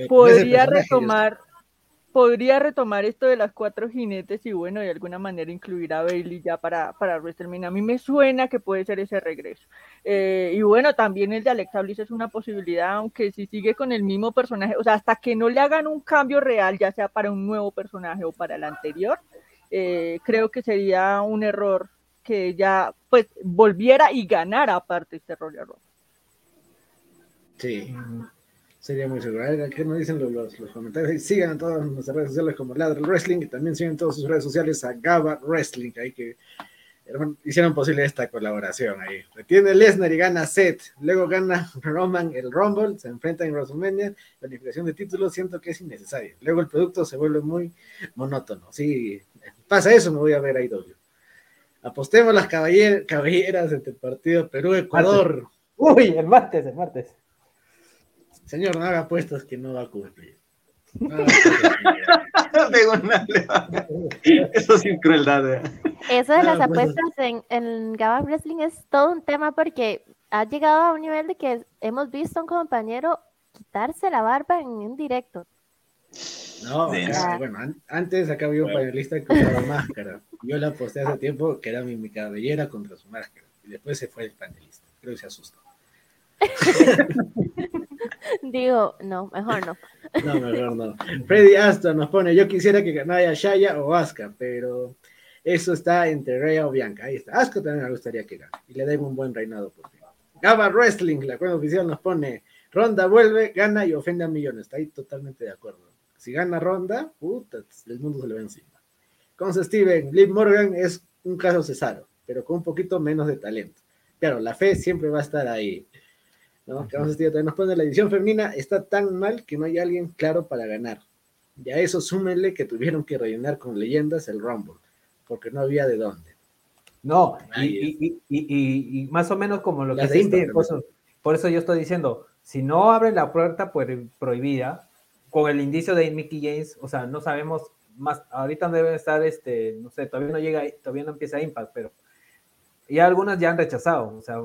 podría retomar esto de las cuatro jinetes y bueno, de alguna manera incluir a Bayley ya para WrestleMania. A mí me suena que puede ser ese regreso. Y bueno, también el de Alexa Bliss es una posibilidad, aunque si sigue con el mismo personaje, o sea, hasta que no le hagan un cambio real, ya sea para un nuevo personaje o para el anterior, creo que sería un error que ella pues volviera y ganara aparte este Royal Rumble. Sí. Sería muy seguro. A ver, ¿qué nos dicen los comentarios? Sigan a todas nuestras redes sociales como Ladra el Wrestling y también siguen en todas sus redes sociales a Gaba Wrestling, ahí que hicieron posible esta colaboración ahí. Retiene Lesnar y gana Seth, luego gana Roman el Rumble, se enfrentan en WrestleMania, la unificación de títulos siento que es innecesaria. Luego el producto se vuelve muy monótono. Sí, pasa eso, me voy a ver ahí doble. Apostemos las caballeras entre el partido Perú-Ecuador. Uy, el martes. Señor, no haga apuestas que no va a cumplir. Eso sí es crueldad. Eso de las pues, apuestas en Gaba Wrestling es todo un tema porque ha llegado a un nivel de que hemos visto a un compañero quitarse la barba en un directo. No, acá, bueno, antes acá había un panelista que usaba máscara. Yo la aposté hace tiempo que era mi cabellera contra su máscara. Y después se fue el panelista. Creo que se asustó. Digo, no, mejor no. No, mejor no. Freddy Aston nos pone, yo quisiera que ganara Shaya o Asuka, pero eso está entre Rhea o Bianca. Ahí está. Asuka también me gustaría que gane. Y le den un buen reinado por fin. Gaba Wrestling, la cuenta oficial nos pone, Ronda vuelve, gana y ofende a millones. Está ahí totalmente de acuerdo. Si gana Ronda, puta, el mundo se le va encima. Conce Steven, Liv Morgan es un caso Cesaro, pero con un poquito menos de talento. Claro, la fe siempre va a estar ahí. ¿No? Que también nos pone la edición femenina está tan mal que no hay alguien claro para ganar. Y a eso súmenle que tuvieron que rellenar con leyendas el Rumble, porque no había de dónde. No, y más o menos como lo que Las de dice, por eso yo estoy diciendo, si no abren la puerta prohibida, con el indicio de Mickie James, o sea, no sabemos más, ahorita deben estar, no sé, todavía no empieza Impact, pero ya algunas ya han rechazado, o sea,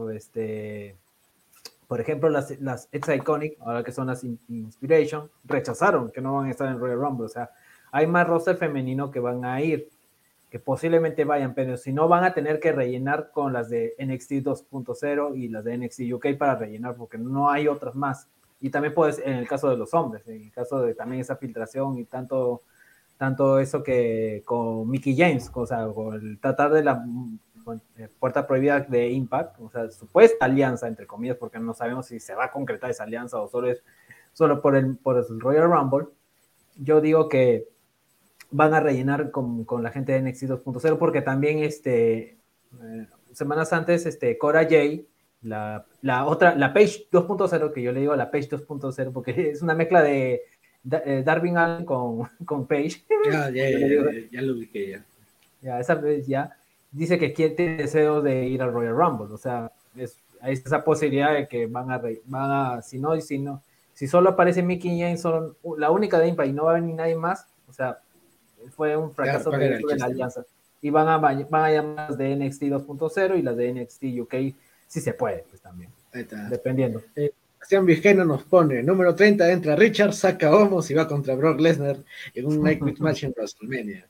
por ejemplo, las It's Iconic, ahora que son las Inspiration, rechazaron que no van a estar en Royal Rumble. O sea, hay más roster femenino que van a ir, que posiblemente vayan, pero si no van a tener que rellenar con las de NXT 2.0 y las de NXT UK para rellenar, porque no hay otras más. Y también puedes, en el caso de los hombres, en el caso de también esa filtración y tanto eso que con Mickie James, o sea, con el tratar de la puerta prohibida de Impact, o sea, supuesta alianza, entre comillas, porque no sabemos si se va a concretar esa alianza o solo por el Royal Rumble. Yo digo que van a rellenar con la gente de NXT 2.0, porque también semanas antes, Cora Jade, la Page 2.0, que yo le digo la Page 2.0, porque es una mezcla de Darby Allin con Page. Ya lo ubiqué ya. Ya, esa vez ya dice que tiene deseo de ir al Royal Rumble, o sea, hay esa posibilidad de que van a si solo aparece Mickie James, son la única de Impact y no va a venir nadie más, o sea, fue un fracaso de la alianza. Y van a llamar las de NXT 2.0 y las de NXT UK, si se puede, pues también, dependiendo. Sebastián Vizqueno nos pone, número 30 entra Richard, saca Homos y va contra Brock Lesnar en un Night Quit Match en WrestleMania.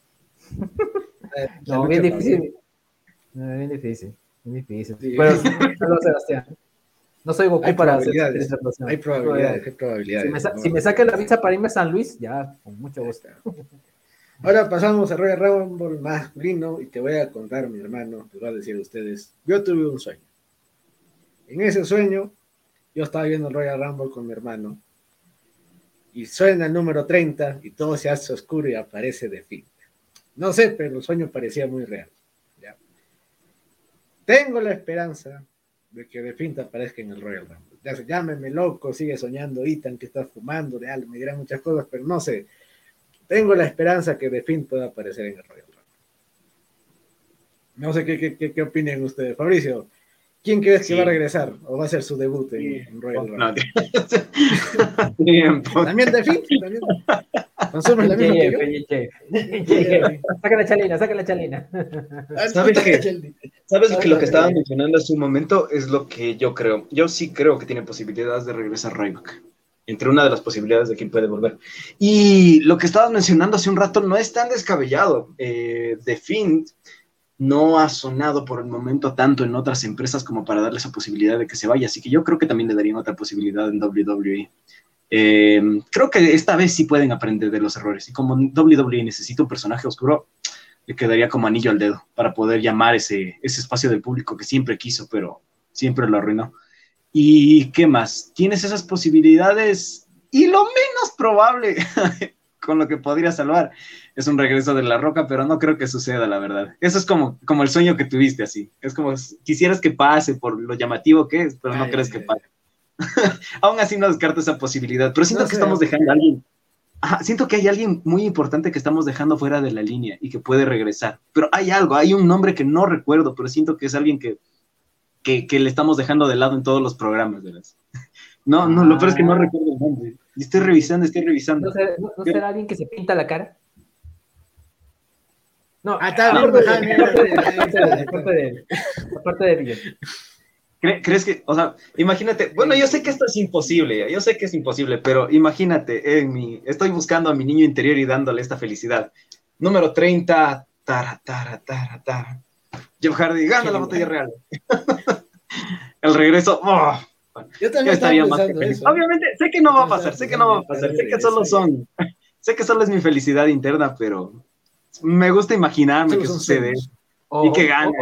No, bien difícil. Bien difícil. Sí. Pero, Sebastián, no soy Goku para hacer interpretación. Hay probabilidades. Si me saca la visa para irme a San Luis, ya, con mucho gusto. Ahora pasamos a Royal Rumble masculino y te voy a contar, mi hermano, te voy a decir a ustedes, yo tuve un sueño. En ese sueño, yo estaba viendo el Royal Rumble con mi hermano y suena el número 30 y todo se hace oscuro y aparece The Fiend. No sé, pero el sueño parecía muy real. ¿Ya? Tengo la esperanza de que The Fiend aparezca en el Royal Rumble. Llámeme loco, sigue soñando Ethan que está fumando, me dirán muchas cosas, pero no sé. Tengo la esperanza que The Fiend pueda aparecer en el Royal Rumble. No sé qué opinan ustedes. Fabricio, ¿quién crees que va a regresar o va a hacer su debut en Royal Rumble? ¿También The Fiend? ¿Consumes la misma que yo? Saca la chalina. ¿Sabes que lo que estaban mencionando hace un momento es lo que yo creo? Yo sí creo que tiene posibilidades de regresar Ryback. Entre una de las posibilidades de quién puede volver. Y lo que estabas mencionando hace un rato no es tan descabellado. The Fiend no ha sonado por el momento tanto en otras empresas como para darle esa posibilidad de que se vaya, así que yo creo que también le darían otra posibilidad en WWE. Creo que esta vez sí pueden aprender de los errores, y como WWE necesita un personaje oscuro, le quedaría como anillo al dedo para poder llamar ese espacio del público que siempre quiso, pero siempre lo arruinó. ¿Y qué más? Tienes esas posibilidades y lo menos probable con lo que podría salvar es un regreso de La Roca, pero no creo que suceda, la verdad. Eso es como el sueño que tuviste, así. Es como quisieras que pase por lo llamativo que es, pero no crees que pase. Aún así no descarto esa posibilidad, pero siento que estamos dejando a alguien. Ajá, siento que hay alguien muy importante que estamos dejando fuera de la línea y que puede regresar. Pero hay algo, hay un nombre que no recuerdo, pero siento que es alguien que le estamos dejando de lado en todos los programas, ¿verdad? No, lo peor es que no recuerdo el nombre. Y estoy revisando. ¿No será alguien que se pinta la cara? No, aparte de Billy. ¿Crees que, o sea, imagínate, bueno, yo sé que esto es imposible, pero imagínate, estoy buscando a mi niño interior y dándole esta felicidad. Número 30, Jeff Hardy gana la botella real. El regreso, yo también estaría más que feliz. Obviamente, sé que no va a pasar, sé que solo es mi felicidad interna, pero me gusta imaginarme que sucede y que gana.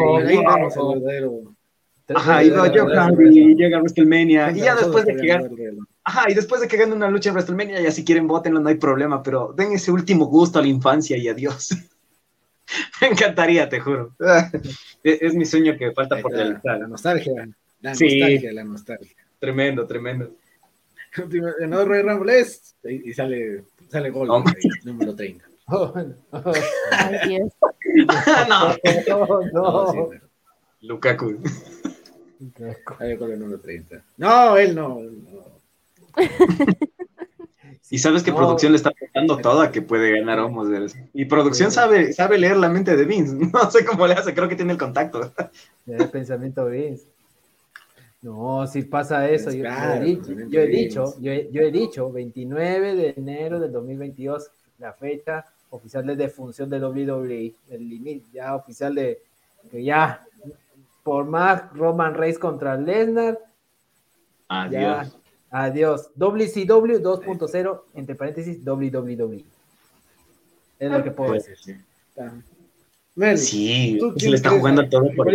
Ajá, y Jeff Hardy llega a WrestleMania y ya después de que gane, y después de que gane una lucha en WrestleMania, ya si quieren votenlo, no hay problema, pero den ese último gusto a la infancia y adiós. Me encantaría, te juro. Es mi sueño que falta por realizar. La nostalgia. La nostalgia. Tremendo. No, Royal Rumble es y sale gol, número 30. Ay, Dios. No. Lukaku. Sale gol el número 30. No, él no. Y sabes que producción le está apuntando todo a que puede ganar Homos. Y producción sabe leer la mente de Vince. No sé cómo le hace, creo que tiene el contacto. El pensamiento de Vince. No, si pasa eso, yo he dicho 29 de enero del 2022, la fecha oficial de defunción de WWE, el límite ya oficial de que ya por más Roman Reigns contra Lesnar, adiós. Adiós. WCW 2.0, entre paréntesis, WWE. Es lo que puedo decir. Sí, se le está jugando todo por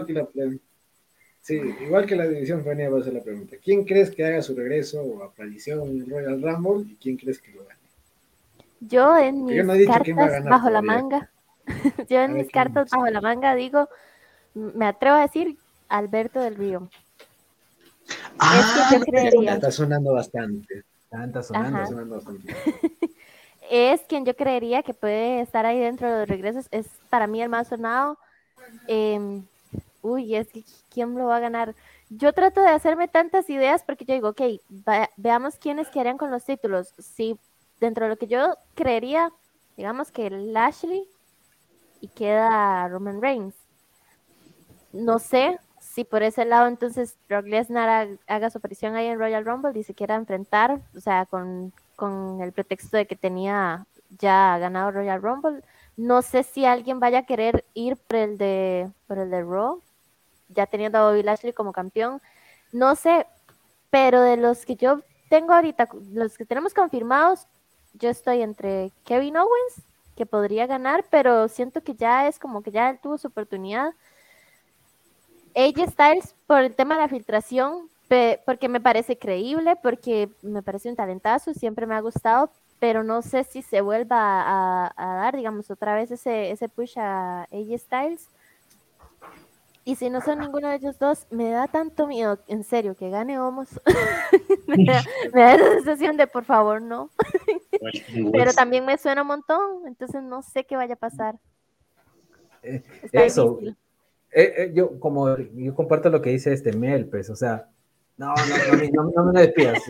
igual que la división femenina va a ser la pregunta. ¿Quién crees que haga su regreso o aparición en Royal Rumble y quién crees que lo gane? Yo en mis cartas bajo la manga, digo, me atrevo a decir Alberto del Río. Es que yo creería. Está sonando bastante. Está sonando bastante. Es quien yo creería que puede estar ahí dentro de los regresos. Es para mí el más sonado. Es que ¿quién lo va a ganar? Yo trato de hacerme tantas ideas porque yo digo, ok, veamos quiénes quedarían con los títulos. Si dentro de lo que yo creería, digamos que Lashley y queda Roman Reigns. No sé si por ese lado entonces Brock Lesnar haga su aparición ahí en Royal Rumble y se quiera enfrentar, o sea, con el pretexto de que tenía ya ganado Royal Rumble. No sé si alguien vaya a querer ir por el de Raw, ya teniendo a Bobby Lashley como campeón. No sé, pero de los que yo tengo ahorita, los que tenemos confirmados, yo estoy entre Kevin Owens, que podría ganar, pero siento que ya es como que ya él tuvo su oportunidad. AJ Styles por el tema de la filtración, porque me parece creíble, porque me parece un talentazo, siempre me ha gustado, pero no sé si se vuelva a dar, digamos, otra vez ese push a AJ Styles. Y si no son ninguno de ellos dos, me da tanto miedo, en serio, que gane Homos. me da esa sensación de, por favor, no. Pero también me suena un montón, entonces no sé qué vaya a pasar. Eso. Yo comparto lo que dice Mel, pues, o sea, no me despidas.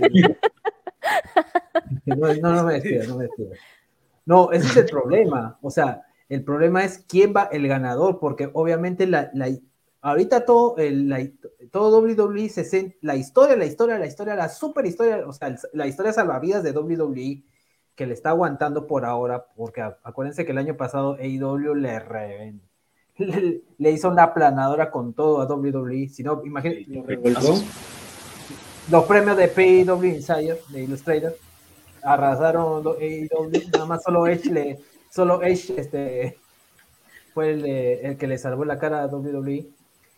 No me despidas. No, ese es el problema. O sea, el problema es quién va el ganador, porque obviamente ahorita todo WWE la super historia, o sea, la historia salvavidas de WWE que le está aguantando por ahora, porque acuérdense que el año pasado AEW le reventó. Le hizo una aplanadora con todo a WWE. Si no, imagínate. Los premios de PW Insider, de Illustrator, arrasaron AEW. Nada más solo Edge fue el que le salvó la cara a WWE.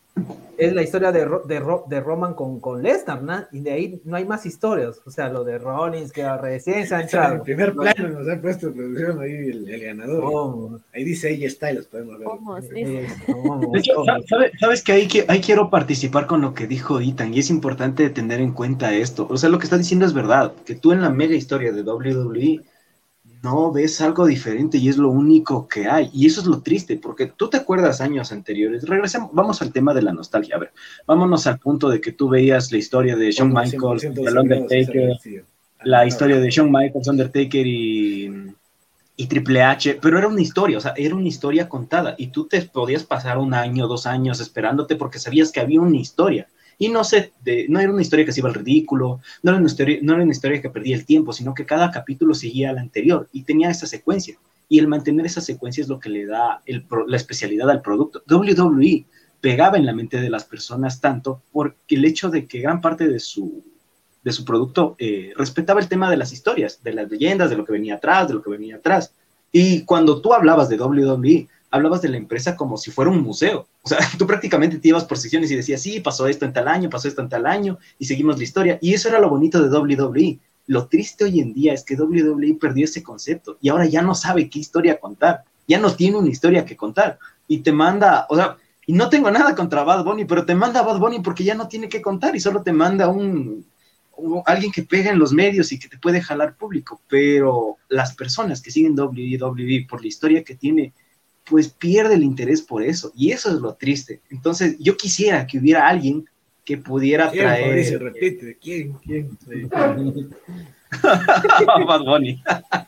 es la historia de Roman con Lesnar, ¿no? Y de ahí no hay más historias. O sea, lo de Rollins, que recién se ha entrado. En primer plano nos han puesto producción ahí el ganador. Oh. Ahí dice AJ Styles, podemos ver. De hecho, ¿sabes que ahí quiero participar con lo que dijo Ethan? Y es importante tener en cuenta esto. O sea, lo que está diciendo es verdad, que tú en la mega historia de WWE no ves algo diferente y es lo único que hay. Y eso es lo triste, porque tú te acuerdas años anteriores. Regresemos, vamos al tema de la nostalgia. A ver, vámonos al punto de que tú veías la historia de Shawn Michaels, el Undertaker, la historia de Shawn Michaels, Undertaker y Triple H, pero era una historia, o sea, era una historia contada y tú te podías pasar 1 año, 2 años esperándote porque sabías que había una historia. Y no era una historia que se iba al ridículo, no era una historia que perdía el tiempo, sino que cada capítulo seguía al anterior y tenía esa secuencia. Y el mantener esa secuencia es lo que le da la especialidad al producto. WWE pegaba en la mente de las personas tanto porque el hecho de que gran parte de su producto respetaba el tema de las historias, de las leyendas, de lo que venía atrás. Y cuando tú hablabas de WWE, hablabas de la empresa como si fuera un museo. O sea, tú prácticamente te ibas por secciones y decías, sí, pasó esto en tal año, y seguimos la historia. Y eso era lo bonito de WWE. Lo triste hoy en día es que WWE perdió ese concepto y ahora ya no sabe qué historia contar. Ya no tiene una historia que contar. Y te manda, o sea, y no tengo nada contra Bad Bunny, pero te manda a Bad Bunny porque ya no tiene que contar y solo te manda alguien que pega en los medios y que te puede jalar público. Pero las personas que siguen WWE por la historia que tiene, pues pierde el interés por eso, y eso es lo triste. Entonces, yo quisiera que hubiera alguien que pudiera traer... Mauricio, repite, ¿quién? Sí. Bad Bunny.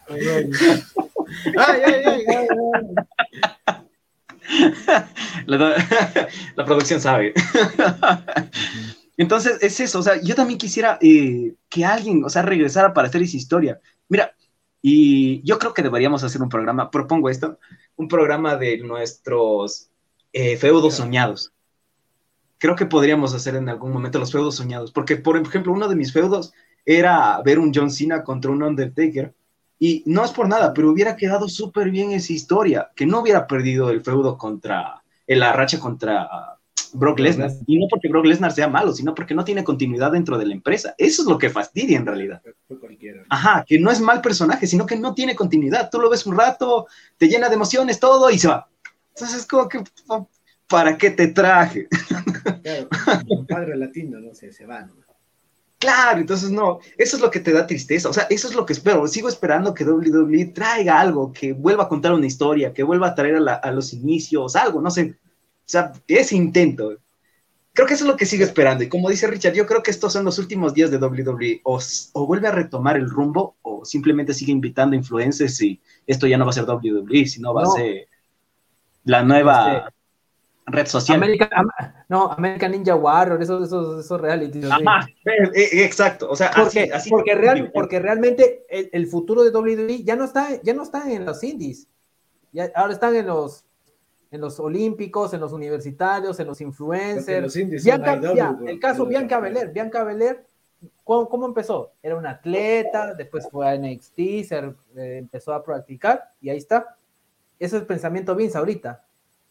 La producción sabe. Entonces, es eso, o sea, yo también quisiera que alguien, o sea, regresara para hacer esa historia. Mira, y yo creo que deberíamos hacer un programa, propongo esto, un programa de nuestros feudos soñados. Creo que podríamos hacer en algún momento los feudos soñados, porque, por ejemplo, uno de mis feudos era ver un John Cena contra un Undertaker, y no es por nada, pero hubiera quedado súper bien esa historia, que no hubiera perdido el feudo la racha contra Brock Lesnar, y no porque Brock Lesnar sea malo, sino porque no tiene continuidad dentro de la empresa. Eso es lo que fastidia en realidad. Ajá, que no es mal personaje, sino que no tiene continuidad. Tú lo ves un rato, te llena de emociones, todo, y se va. Entonces es como que, ¿para qué te traje? Claro, un padre latino, no sé, se va, ¿no? Claro, entonces no, eso es lo que te da tristeza, o sea, eso es lo que espero, sigo esperando que WWE traiga algo, que vuelva a contar una historia, que vuelva a traer a los inicios, algo, no sé, o sea, ese intento, creo que eso es lo que sigo esperando, y como dice Richard, yo creo que estos son los últimos días de WWE, o vuelve a retomar el rumbo, o simplemente sigue invitando influencers, y esto ya no va a ser WWE, sino va a ser la nueva... red social. American Ninja Warrior, esos realities. Ajá, exacto. O sea, porque realmente el futuro de WWE ya no está en los indies. Ahora están en los olímpicos, en los universitarios, en los influencers. El caso Bianca Belair. Bianca Belair, ¿cómo empezó? Era una atleta, después fue a NXT, empezó a practicar y ahí está. Ese es el pensamiento Vince ahorita.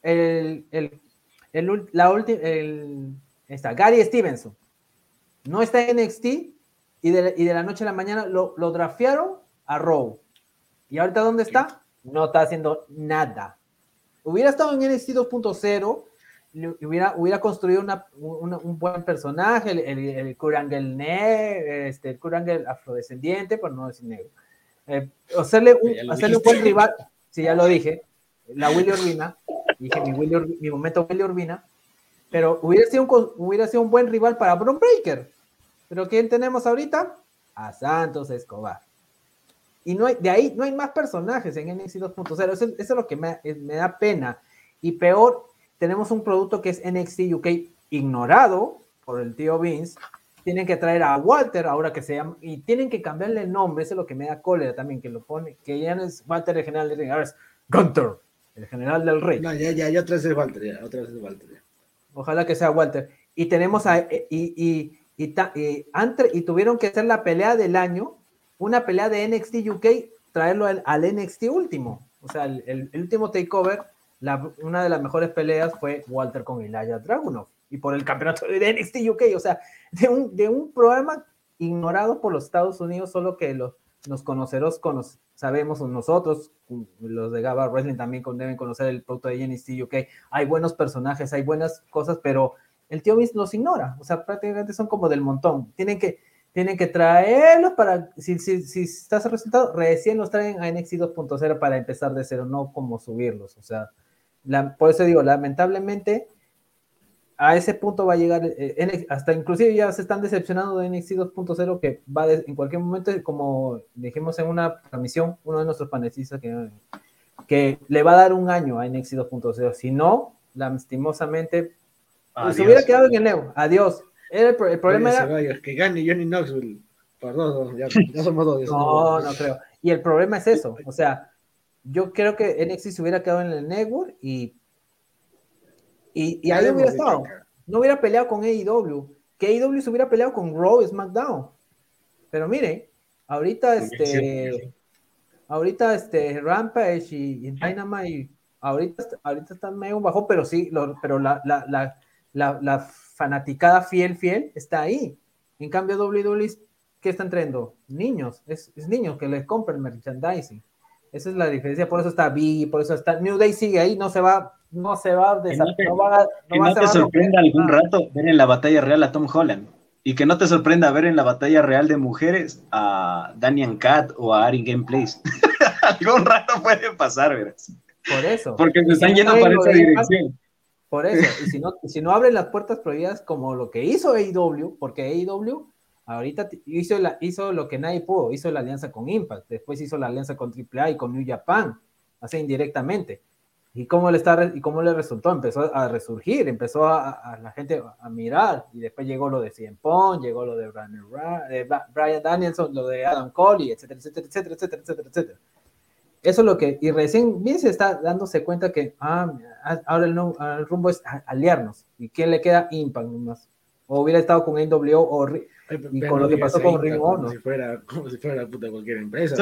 Gary Stevenson no está en NXT y de la noche a la mañana lo draftearon a Raw. ¿Y ahorita dónde está? No está haciendo nada. Hubiera estado en NXT 2.0, hubiera construido un buen personaje, el Kurt Angle el Kurt Angle afrodescendiente, por no decir negro. Hacerle un buen rival, sí, ya lo dije, la Willy Urbina. Dije mi momento Willy Urbina, pero hubiera sido un buen rival para Bron Breakker. Pero ¿quién tenemos ahorita? A Santos Escobar. Y de ahí no hay más personajes en NXT 2.0. Eso es lo que me da pena. Y peor, tenemos un producto que es NXT UK ignorado por el tío Vince. Tienen que traer a Walter ahora que se llama, y tienen que cambiarle el nombre. Eso es lo que me da cólera también, que lo pone, que ya no es Walter el general del ring, ahora es Gunther, el general del rey. No, ya otra vez es Walter, Ojalá que sea Walter. Y tenemos y tuvieron que hacer la pelea del año, una pelea de NXT UK, traerlo al NXT último. O sea, el último takeover, una de las mejores peleas fue Walter con Ilya Dragunov. y por el campeonato de NXT UK, o sea, de un programa ignorado por los Estados Unidos, solo que los conoceros sabemos nosotros, los de Gaba Wrestling también deben conocer el producto de NXT UK, hay buenos personajes, hay buenas cosas, pero el tío Vince los ignora, o sea, prácticamente son como del montón, tienen que traerlos para, si está ese resultado, recién los traen a NXT 2.0 para empezar de cero, no como subirlos, o sea, por eso digo, lamentablemente, a ese punto va a llegar, hasta inclusive ya se están decepcionando de NXT 2.0, que va en cualquier momento, como dijimos en una transmisión, uno de nuestros panelistas que le va a dar un año a NXT 2.0, si no, lastimosamente, se hubiera quedado en el Neo, adiós. El problema era... que gane Johnny Knoxville, perdón, ya somos dos. No creo, y el problema es eso, o sea, yo creo que NXT se hubiera quedado en el network y ahí hubiera estado. No hubiera peleado con AEW. Que AEW se hubiera peleado con Raw y SmackDown. Pero miren, ahorita Rampage y Dynamite, ahorita están medio bajo, pero sí, pero la fanaticada fiel está ahí. En cambio, WWE, ¿qué están trayendo? Niños, es niños que les compran merchandising. Esa es la diferencia, por eso está Biggie, por eso está New Day, sigue ahí, no te sorprenda algún rato ver en la batalla real a Tom Holland, y que no te sorprenda ver en la batalla real de mujeres a Daniel Cat o a Ari Gameplays. Algún rato puede pasar, verás. Por eso. Porque se están yendo para esa dirección. Por eso, y si no abren las puertas prohibidas como lo que hizo AEW, porque AEW ahorita hizo lo que nadie pudo, hizo la alianza con Impact, después hizo la alianza con AAA y con New Japan, así indirectamente. ¿Y cómo le resultó? Empezó a resurgir, empezó a la gente a mirar, y después llegó lo de CM Punk, llegó lo de Bryan Danielson, lo de Adam Cole, etcétera, etcétera, etcétera, etcétera, etcétera, etcétera. Eso es lo que, y recién bien se está dándose cuenta que ahora el rumbo es aliarnos, y ¿quién le queda? Impact nomás. O hubiera estado con NWO y con lo que pasó con Ring of Honor. Como si fuera la puta de cualquier empresa.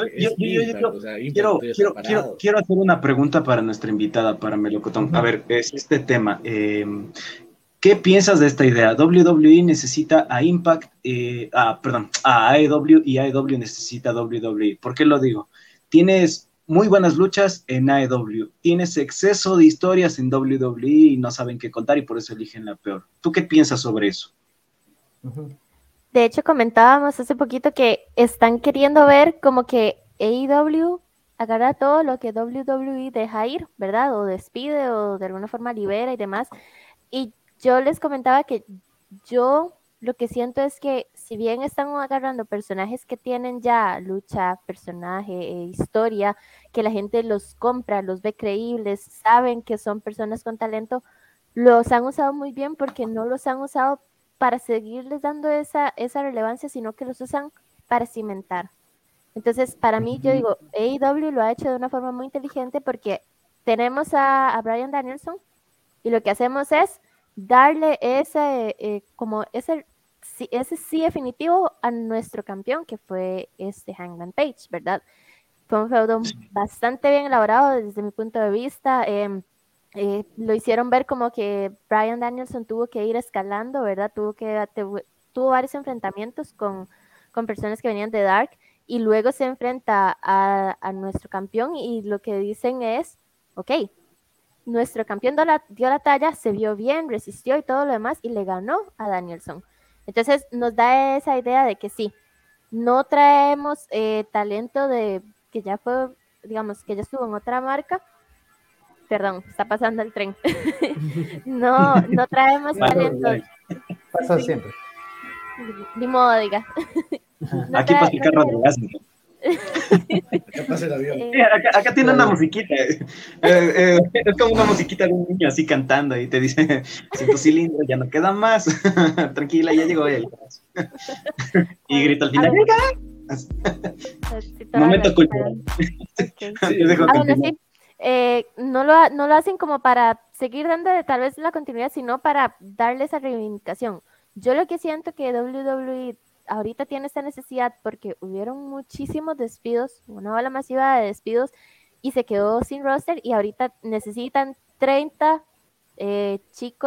Quiero hacer una pregunta para nuestra invitada, para Melocotón. A ver, es este tema. ¿Qué piensas de esta idea? WWE necesita a Impact, a AEW, y AEW necesita a WWE. ¿Por qué lo digo? Tienes muy buenas luchas en AEW, tienes exceso de historias en WWE y no saben qué contar y por eso eligen la peor. ¿Tú qué piensas sobre eso? De hecho, comentábamos hace poquito que están queriendo ver como que AEW agarra todo lo que WWE deja ir, ¿verdad? O despide o de alguna forma libera y demás. Y yo les comentaba que yo lo que siento es que si bien están agarrando personajes que tienen ya lucha, personaje, historia, que la gente los compra, los ve creíbles, saben que son personas con talento, los han usado muy bien porque no los han usado para seguirles dando esa relevancia, sino que los usan para cimentar. Entonces, para mí, yo digo, AEW lo ha hecho de una forma muy inteligente porque tenemos a Bryan Danielson y lo que hacemos es darle ese sí definitivo a nuestro campeón, que fue Hangman Page, ¿verdad? Fue un feudo bastante bien elaborado desde mi punto de vista. Lo hicieron ver como que Bryan Danielson tuvo que ir escalando, ¿verdad? Tuvo varios enfrentamientos con personas que venían de Dark, y luego se enfrenta a nuestro campeón y lo que dicen es, ok, nuestro campeón dio la talla, se vio bien, resistió y todo lo demás, y le ganó a Danielson. Entonces nos da esa idea de que sí, no traemos talento que ya fue, digamos, que ya estuvo en otra marca. Perdón, está pasando el tren. no traemos talento. Pasa siempre. Ni modo, diga. Aquí pasa el carro de gas. Acá pasa el avión. Acá tiene una musiquita. Es como una musiquita de un niño así cantando y te dice, 5 cilindros, ya no quedan más. Tranquila, ya llegó ella. Y grita al final. Momento cultural. Okay. Bueno, sí. No lo hacen como para seguir dando tal vez la continuidad, sino para darle esa reivindicación. Yo lo que siento que WWE ahorita tiene esta necesidad porque hubieron muchísimos despidos, una ola masiva de despidos, y se quedó sin roster, y ahorita necesitan 30 chicos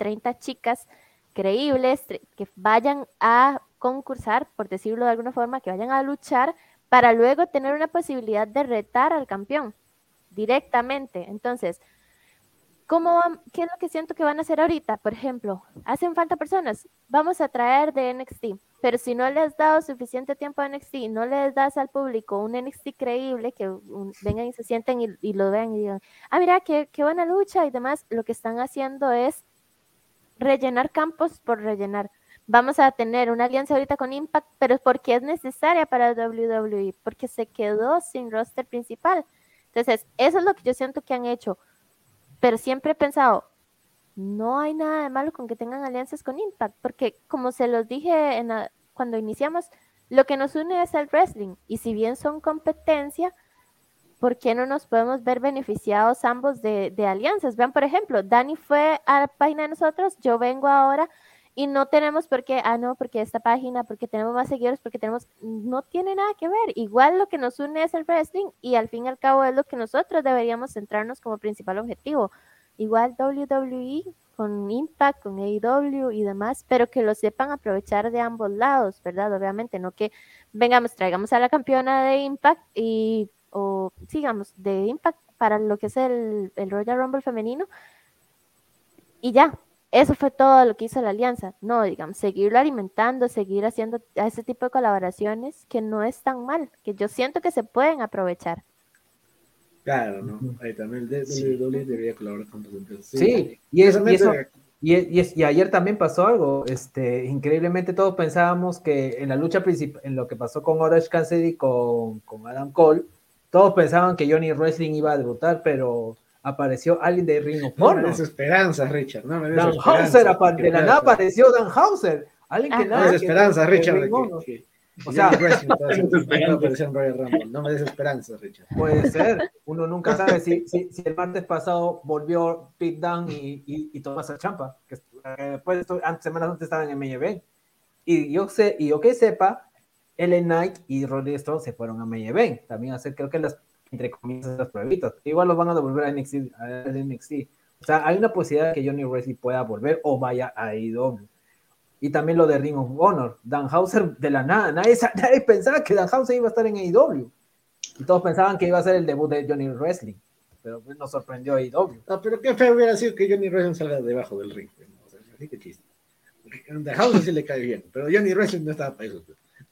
30 chicas creíbles que vayan a concursar, por decirlo de alguna forma, que vayan a luchar para luego tener una posibilidad de retar al campeón directamente. Entonces, ¿qué es lo que siento que van a hacer ahorita? Por ejemplo, hacen falta personas, vamos a traer de NXT, pero si no les has dado suficiente tiempo a NXT, no les das al público un NXT creíble, que vengan y se sienten y lo vean y digan, mira, qué buena lucha y demás, lo que están haciendo es rellenar campos por rellenar. Vamos a tener una alianza ahorita con Impact, pero porque es necesaria para WWE, porque se quedó sin roster principal. Entonces, eso es lo que yo siento que han hecho. Pero siempre he pensado, no hay nada de malo con que tengan alianzas con Impact, porque como se los dije cuando iniciamos, lo que nos une es el wrestling, y si bien son competencia, ¿por qué no nos podemos ver beneficiados ambos de alianzas? Vean, por ejemplo, Dani fue a la página de nosotros, yo vengo ahora, y no tenemos por qué, no, porque esta página, porque tenemos más seguidores, porque no tiene nada que ver. Igual lo que nos une es el wrestling y al fin y al cabo es lo que nosotros deberíamos centrarnos como principal objetivo. Igual WWE con Impact, con AEW y demás, pero que lo sepan aprovechar de ambos lados, ¿verdad? Obviamente, no que traigamos a la campeona de Impact o sigamos de Impact para lo que es el Royal Rumble femenino y ya. Eso fue todo lo que hizo la alianza. No, digamos, seguirlo alimentando, seguir haciendo ese tipo de colaboraciones que no es tan mal, que yo siento que se pueden aprovechar. Claro, ¿no? Ahí también el WWE debería colaborar con otras empresas. Sí, y ayer también pasó algo. Increíblemente todos pensábamos que en la lucha principal, en lo que pasó con Orange Cassidy con Adam Cole, todos pensaban que Johnny Wrestling iba a debutar, pero apareció alguien de Ring of Honor. No me des esperanza, Richard. No me des Danhauser, de la nada apareció Danhauser. Alguien que no me des esperanza, Richard. O sea, no me des esperanza, Richard. Puede ser, uno nunca sabe si el martes pasado volvió Pete Dunne y Tommaso Ciampa, que después, semanas antes estaban en Main Event. Y yo que sepa, Ellen Knight y Roddy Strong se fueron a Main Event, también hacer creo que entre comillas las pruebitas. Igual los van a devolver a NXT. O sea, hay una posibilidad de que Johnny Wrestling pueda volver o vaya a AEW. Y también lo de Ring of Honor. Danhauser de la nada. Nadie pensaba que Danhauser iba a estar en AEW. Y todos pensaban que iba a ser el debut de Johnny Wrestling. Pero nos sorprendió AEW. No, pero qué feo hubiera sido que Johnny Wrestling salga debajo del ring. O sea, así que chiste. Danhauser sí le cae bien. Pero Johnny Wrestling no estaba para eso.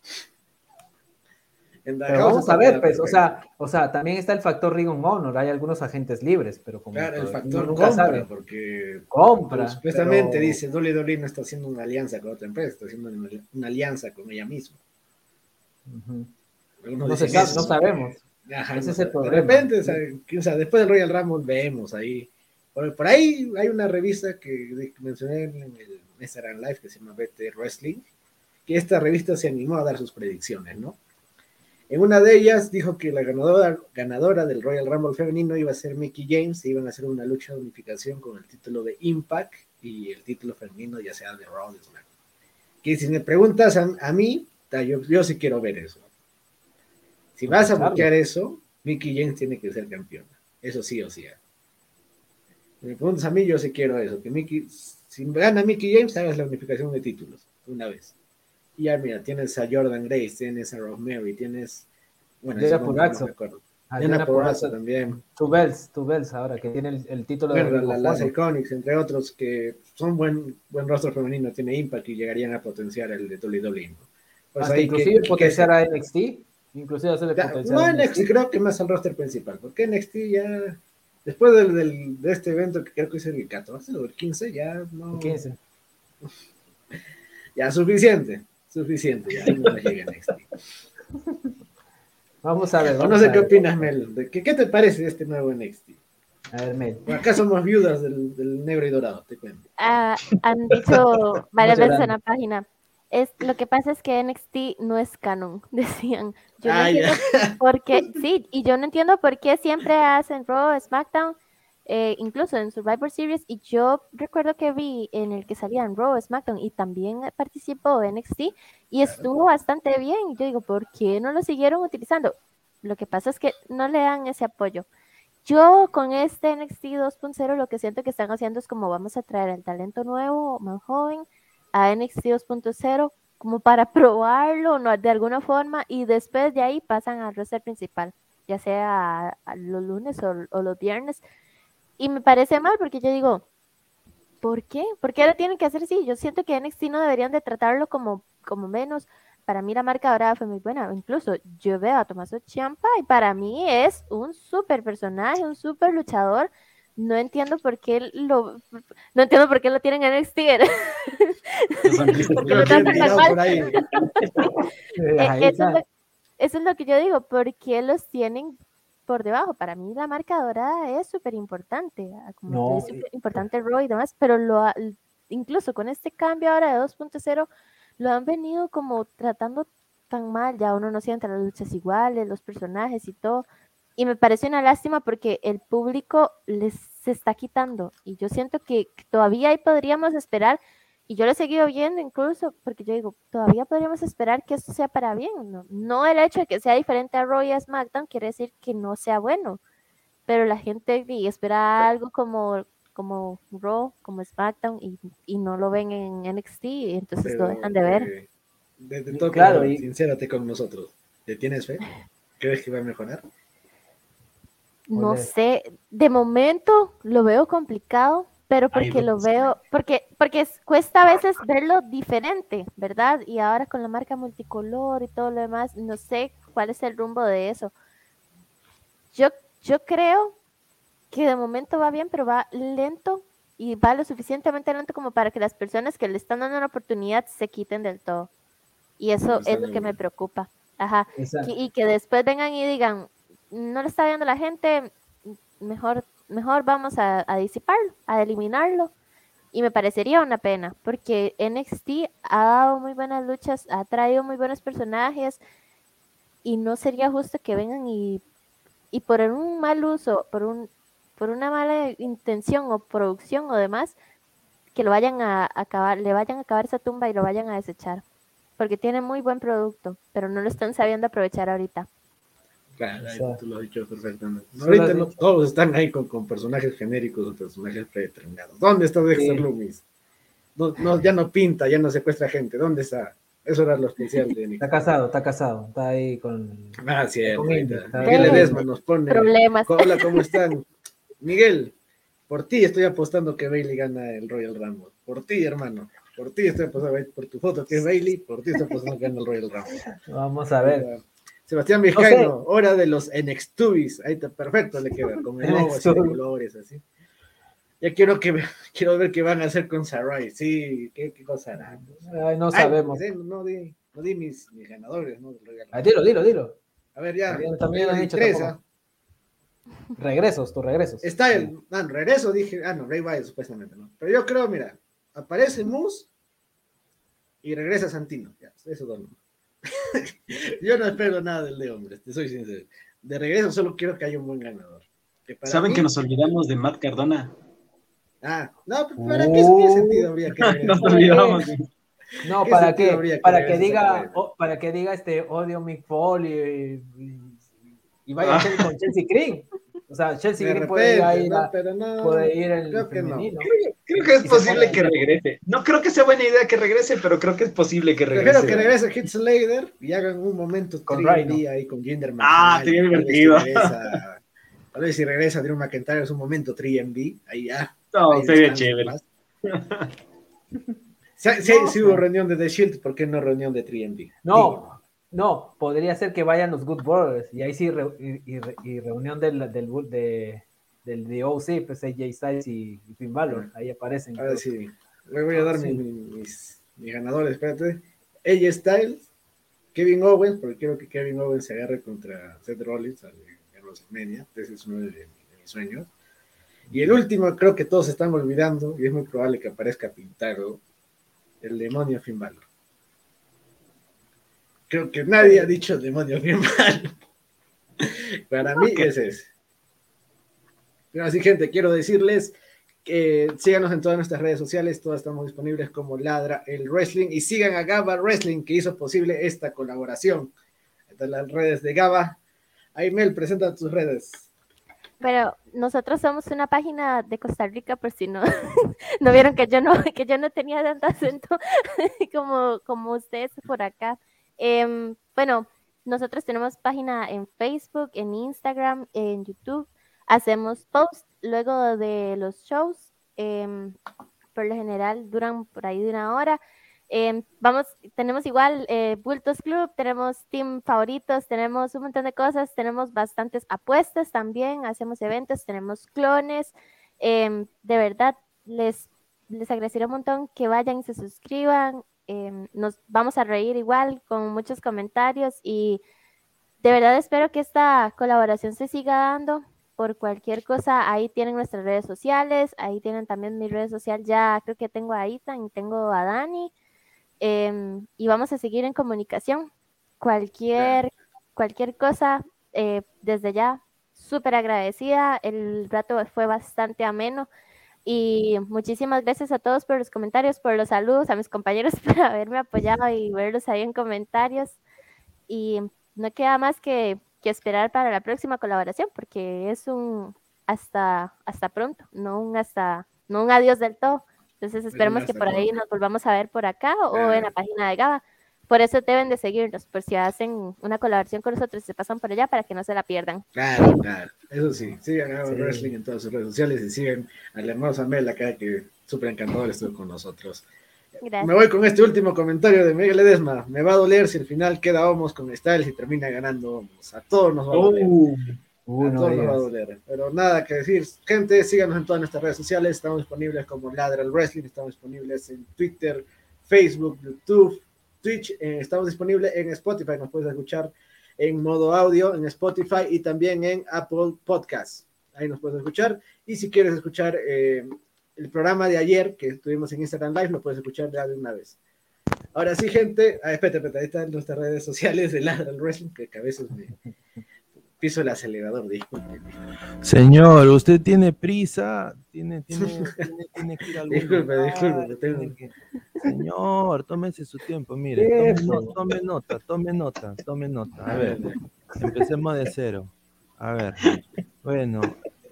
Pero vamos a ver, pues, o sea, también está el factor Ring of Honor, hay algunos agentes libres, pero como claro, el factor nunca compra, sabe. porque Supuestamente pero dice WWE no está haciendo una alianza con otra empresa, está haciendo una alianza con ella misma. No sabemos. Ajá, ese es el problema. De repente, o sea, después del Royal Rumble vemos ahí, por ahí hay una revista que mencioné en el Instagram Live que se llama BT Wrestling, que esta revista se animó a dar sus predicciones, ¿no? En una de ellas dijo que la ganadora del Royal Rumble femenino iba a ser Mickie James, e iban a hacer una lucha de unificación con el título de Impact y el título femenino ya sea de Raw. Que si me preguntas a mí, yo sí quiero ver eso. Si vas a bloquear eso, Mickie James tiene que ser campeona. Eso sí o sí. Si me preguntas a mí, yo sí quiero eso. Si gana Mickie James, hagas la unificación de títulos una vez. Y ya, mira, tienes a Jordan Grace, tienes a Rosemary, tienes... Bueno, Diana Purrazzo. Diana Purrazzo también. Two Bells ahora, que tiene el título de... Las Iconics, entre otros, que son buen rostro femenino, tiene Impact y llegarían a potenciar el de WWE. Pues ahí inclusive potenciar a NXT. Inclusive hacerle potenciar a NXT, creo que más al roster principal, porque NXT ya... Después de este evento, que creo que es el 14 o el 15, ya no... El 15. Ya suficiente, ya no me llega NXT. Vamos a ver. No sé qué opinas, Mel. ¿Qué te parece este nuevo NXT? A ver, Mel. Por acá somos viudas del negro y dorado, te cuento. Han dicho varias veces en la página. Lo que pasa es que NXT no es canon, decían. Yo no entiendo por qué, sí, y yo no entiendo por qué siempre hacen Raw, SmackDown, incluso en Survivor Series, y yo recuerdo que vi en el que salían Raw, SmackDown, y también participó NXT, y estuvo bastante bien. Yo digo, ¿por qué no lo siguieron utilizando? Lo que pasa es que no le dan ese apoyo. Yo con este NXT 2.0 lo que siento que están haciendo es como vamos a traer el talento nuevo, más joven, a NXT 2.0 como para probarlo ¿no? de alguna forma y después de ahí pasan al roster principal, ya sea a los lunes o los viernes. Y me parece mal porque yo digo, ¿por qué? ¿Por qué lo tienen que hacer así? Yo siento que NXT no deberían de tratarlo como menos. Para mí la marca dorada fue muy buena. Incluso yo veo a Tommaso Ciampa y para mí es un súper personaje, un súper luchador. No entiendo por qué no entiendo por qué lo tienen en NXT. Porque Lo lo tienen tratan tan tirado mal. por ahí. Ahí Eso está. eso es lo que yo digo, ¿por qué los tienen por debajo? Para mí la marca dorada es súper importante, como No, es súper importante Raw y demás, pero incluso con este cambio ahora de 2.0, lo han venido como tratando tan mal, ya uno no siente las luchas iguales, los personajes y todo, y me parece una lástima porque el público les se está quitando, y yo siento que todavía ahí podríamos esperar y yo lo he seguido viendo incluso porque yo digo, todavía podríamos esperar que esto sea para bien. No el hecho de que sea diferente a Raw y a SmackDown quiere decir que no sea bueno, pero la gente espera algo como Raw, como SmackDown y no lo ven en NXT, y entonces lo dejan de ver. De todo Claro, corazón, y sincérate con nosotros. ¿Le tienes fe? ¿Crees que va a mejorar? No Ole. sé, de momento lo veo complicado, pero Hay porque lo dos. veo, porque cuesta a veces verlo diferente, ¿verdad? Y ahora con la marca multicolor y todo lo demás, no sé cuál es el rumbo de eso. Yo, yo creo que de momento va bien, pero va lento y va lo suficientemente lento como para que las personas que le están dando una oportunidad se quiten del todo. Y eso es lo que me preocupa. Ajá. esa- Y que después vengan y digan, no le está viendo la gente, mejor vamos a disiparlo, a eliminarlo. Y me parecería una pena, porque NXT ha dado muy buenas luchas, ha traído muy buenos personajes, y no sería justo que vengan y por un mal uso, por una mala intención o producción o demás, que lo vayan a acabar, le vayan a acabar esa tumba y lo vayan a desechar. Porque tiene muy buen producto, pero no lo están sabiendo aprovechar ahorita. Claro, esa- tú lo has dicho perfectamente. Sí lo Ahorita has no, dicho. todos están ahí con personajes genéricos o personajes predeterminados. ¿Dónde está Dexter Sí. Loomis? Ya no pinta, ya no secuestra gente. ¿Dónde está? Eso era lo especial de Está NXT. casado, está ahí con Cierto, ahí Indy. está. Está Miguel con Indy. Ledesma nos pone. Problemas. Hola, ¿cómo están? Miguel, por ti estoy apostando que Bailey gana el Royal Rumble. Por ti, hermano. Por ti estoy apostando, por tu foto que es Bailey, por ti estoy apostando que gana el Royal Rumble. Vamos a ver. Sebastián Vizcaíno, hora de los NXTubbies. Ahí está, perfecto, le queda, con el logo así de colores, así. Ya quiero ver qué van a hacer con Sarai. Sí, qué cosa harán. Ay, no sabemos. No di mis ganadores, ¿no? Ah, dilo. A ver, ya. También lo han dicho tampoco. Tus regresos. Está regreso, dije. No, Ray Wyatt supuestamente, ¿no? Pero yo creo, mira, aparece Moose y regresa Santino. Ya, eso no. Yo no espero nada del de hombres, te soy sincero. De regreso solo quiero que haya un buen ganador. ¿Saben que nos olvidamos de Matt Cardona? No, ¿para qué sentido habría que regresar? Nos olvidamos. No, ¿Qué para sentido que, habría para que regresar esa diga, carrera? para que diga odio Mick Foley y vaya a ser con Chelsea Green. O sea, Chelsea De Green puede ir repente, ahí, no, pero no, puede ir el creo que no. femenino. Creo que es Y se posible pone- que regrese. No creo que sea buena idea que regrese, pero creo que es posible que Prefiero regrese. que regrese Heath Slater y hagan un momento Con 3D Rhino. ahí con Jinder Mahal. sería Tal vez divertido. Tal vez si regresa Drew McIntyre es un momento 3MB, ahí ya. No, ahí sería descansan chévere. más. Si hubo reunión de The Shield, ¿por qué no reunión de 3MB? No, podría ser que vayan los Good Brothers y ahí sí y reunión del OC, pues AJ Styles y Finn Balor, ahí aparecen. A ver si le voy a dar mis ganadores, espérate. AJ Styles, Kevin Owens, porque quiero que Kevin Owens se agarre contra Seth Rollins en WrestleMania, ese es uno de mis sueños. Y el último, creo que todos se están olvidando, y es muy probable que aparezca pintado, el demonio Finn Balor. Creo que nadie ha dicho el demonio Finn Balor. Para mí es ese. Pero así, gente, quiero decirles que síganos en todas nuestras redes sociales, todas estamos disponibles como Ladra el Wrestling, y sigan a Gaba Wrestling, que hizo posible esta colaboración. Estas las redes de Gaba. Aimel, presenta tus redes. Pero nosotros somos una página de Costa Rica, por si no, no vieron que yo no tenía tanto acento como ustedes por acá. Bueno, nosotros tenemos página en Facebook, en Instagram, en YouTube. Hacemos posts luego de los shows. Por lo general duran por ahí de 1 hora. Tenemos igual Bultos Club, tenemos team favoritos, tenemos un montón de cosas, tenemos bastantes apuestas también, hacemos eventos, tenemos clones. De verdad, les agradecería un montón que vayan y se suscriban. Nos vamos a reír igual con muchos comentarios y de verdad espero que esta colaboración se siga dando. Por cualquier cosa, ahí tienen nuestras redes sociales, ahí tienen también mis redes sociales, ya creo que tengo a Ethan y tengo a Dani. Y vamos a seguir en comunicación. Cualquier cosa, desde ya, súper agradecida. El rato fue bastante ameno. Y muchísimas gracias a todos por los comentarios, por los saludos, a mis compañeros por haberme apoyado y verlos ahí en comentarios. Y no queda más que esperar para la próxima colaboración, porque es un hasta pronto, no un adiós del todo. Entonces esperemos que por ahí nos volvamos a ver por acá o en la página de GABA. Por eso deben de seguirnos, por si hacen una colaboración con nosotros y se pasan por allá para que no se la pierdan. Claro. Eso sí, sigan a Wrestling en todas sus redes sociales y sigan a la hermosa Mel acá que súper encantador estuvo con nosotros. Gracias. Me voy con este último comentario de Miguel Ledesma. Me va a doler si al final queda Homos con Styles y termina ganando Homos. A todos nos va a doler. A todos nos va a doler. Pero nada que decir. Gente, síganos en todas nuestras redes sociales. Estamos disponibles como Ladra el Wrestling. Estamos disponibles en Twitter, Facebook, YouTube, Twitch. Estamos disponibles en Spotify. Nos puedes escuchar en modo audio en Spotify y también en Apple Podcasts. Ahí nos puedes escuchar. Y si quieres escuchar el programa de ayer que estuvimos en Instagram Live, lo puedes escuchar ya de una vez. Ahora sí, gente, espérate, ahí están nuestras redes sociales de Ladra el Wrestling, que a veces me piso el acelerador, disculpe. Señor, usted tiene prisa, tiene que ir a algún lugar, disculpe. Señor, tómese su tiempo, mire, tome nota. A ver, empecemos de cero. A ver, bueno,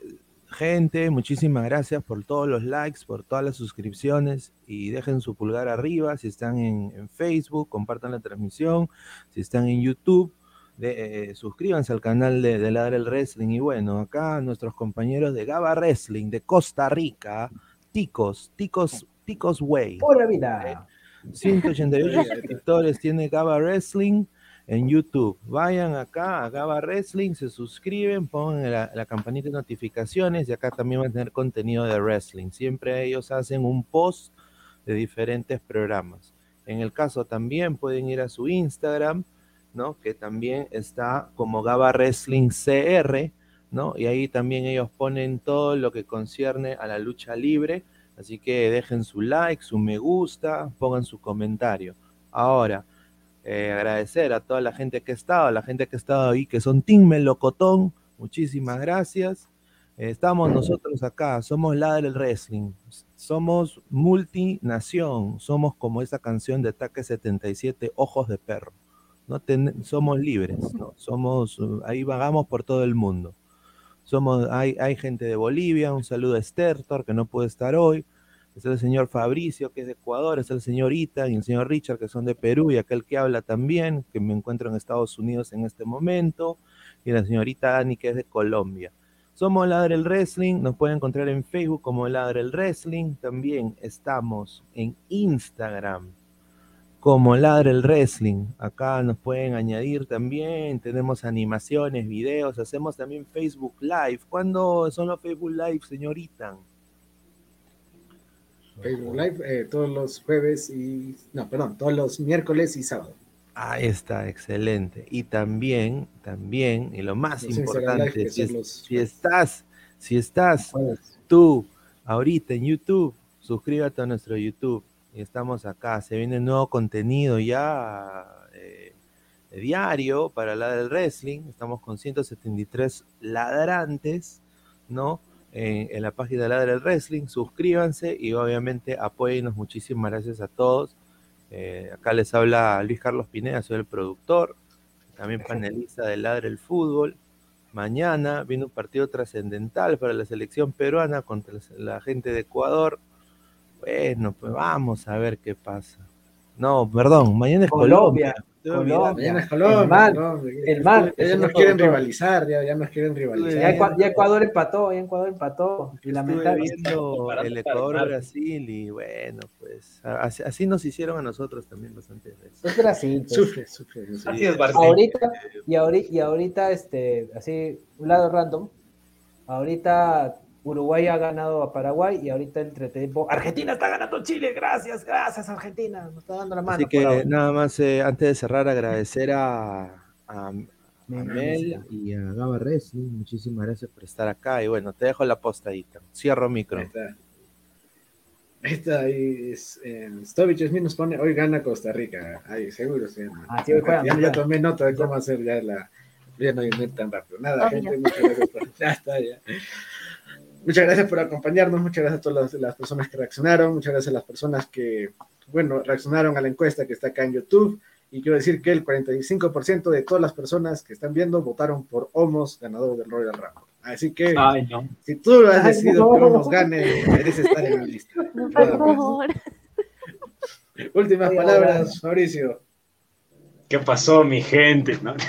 gente, muchísimas gracias por todos los likes, por todas las suscripciones y dejen su pulgar arriba si están en Facebook, compartan la transmisión, si están en YouTube, suscríbanse al canal de Ladra el Wrestling y bueno, acá nuestros compañeros de GABA Wrestling de Costa Rica, Ticos Way. ¡Pura vida! 188 suscriptores tiene GABA Wrestling en YouTube. Vayan acá a GABA Wrestling, se suscriben, pongan la campanita de notificaciones y acá también van a tener contenido de wrestling. Siempre ellos hacen un post de diferentes programas. En el caso también pueden ir a su Instagram, ¿no? Que también está como GABA Wrestling CR, ¿no? Y ahí también ellos ponen todo lo que concierne a la lucha libre. Así que dejen su like, su me gusta, pongan su comentario. Ahora, agradecer a toda la gente que ha estado ahí, que son Team Melocotón, muchísimas gracias. Estamos nosotros acá, somos Ladra el Wrestling, somos multinación, somos como esa canción de Ataque 77, Ojos de Perro, ¿no? Somos libres, ¿no? Ahí vagamos por todo el mundo. Hay gente de Bolivia, un saludo a Stertor, que no puede estar hoy. Está el señor Fabricio, que es de Ecuador, está el señor Ita y el señor Richard, que son de Perú, y aquel que habla también, que me encuentro en Estados Unidos en este momento, y la señorita Dani, que es de Colombia. Somos Ladra el Wrestling, nos pueden encontrar en Facebook como Ladra el Wrestling, también estamos en Instagram como Ladra el Wrestling. Acá nos pueden añadir también, tenemos animaciones, videos, hacemos también Facebook Live. ¿Cuándo son los Facebook Live, señorita? Facebook Live todos los jueves todos los miércoles y sábado. Ahí está, excelente. Y también, y lo más importante, si estás tú ahorita en YouTube, suscríbete a nuestro YouTube. Y estamos acá, se viene nuevo contenido ya diario para Ladra el Wrestling. Estamos con 173 ladrantes, ¿no? En la página de Ladra el Wrestling, suscríbanse y obviamente apóyennos. Muchísimas gracias a todos. Acá les habla Luis Carlos Pineda, soy el productor, también panelista de Ladra el Fútbol, Mañana viene un partido trascendental para la selección peruana contra la gente de Ecuador. Bueno, pues vamos a ver qué pasa. No, perdón, mañana es Colombia. Mañana es Colombia. El mar. Ya nos quieren rivalizar, ya nos quieren rivalizar. Ya Ecuador empató, Y estuve viendo el Ecuador-Brasil y bueno, pues así nos hicieron a nosotros también bastante veces. Es Brasil. Sufre. Así es Brasil. Ahorita, así, un lado random. Ahorita Uruguay ha ganado a Paraguay y ahorita el entretiempo Argentina está ganando a Chile. Gracias Argentina, nos está dando la mano. Así que nada más antes de cerrar agradecer a Mel y a Gaba Wrestling, muchísimas gracias por estar acá y bueno, te dejo la postadita, cierro micro. Ahí está, Stovich Smith nos pone, hoy gana Costa Rica, ahí seguro sí. Ya tomé nota de cómo hacer ya no hay tan rápido, nada, gente, muchas gracias ya está, ya. Muchas gracias por acompañarnos, muchas gracias a todas las personas que reaccionaron, muchas gracias a las personas que, reaccionaron a la encuesta que está acá en YouTube, y quiero decir que el 45% de todas las personas que están viendo votaron por Omos, ganador del Royal Rumble. Así que, si tú lo has decidido que Omos gane, mereces estar en la lista. Por favor. Últimas palabras, Mauricio. ¿Qué pasó, mi gente? ¿No?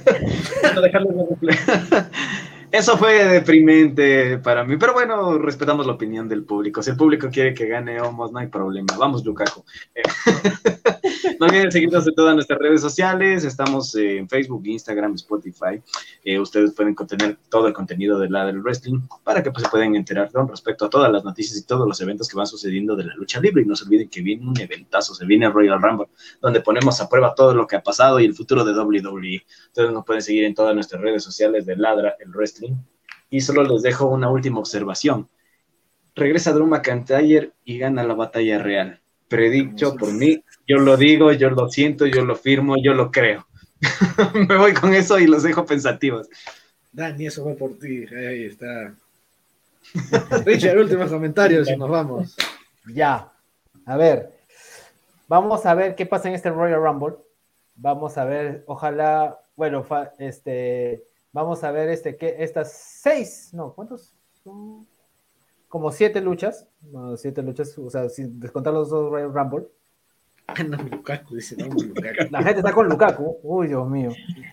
Eso fue deprimente para mí, pero bueno, respetamos la opinión del público. Si el público quiere que gane Omos, no hay problema. Vamos, Lukaku. No olviden seguirnos en todas nuestras redes sociales. Estamos en Facebook, Instagram, Spotify. Ustedes pueden tener todo el contenido de del wrestling para que pues, se puedan enterar con respecto a todas las noticias y todos los eventos que van sucediendo de la lucha libre. Y no se olviden que viene un eventazo, se viene el Royal Rumble, donde ponemos a prueba todo lo que ha pasado y el futuro de WWE. Ustedes nos pueden seguir en todas nuestras redes sociales de Ladra el Wrestling. Y solo les dejo una última observación. Regresa Drew McIntyre y gana la batalla real. Predicho por mí, yo lo digo, yo lo siento, yo lo firmo, yo lo creo. Me voy con eso y los dejo pensativos. Dani, eso fue por ti, ahí está. Richard, últimos comentarios y nos vamos. Ya, a ver, vamos a ver qué pasa en este Royal Rumble. Vamos a ver, ojalá, vamos a ver que estas 6, no, ¿cuántos son? Como 7 luchas, o sea, sin descontar los 2 Royal Rumble. No, Lukaku, dice, no, Lukaku. La gente está con Lukaku, uy, Dios mío.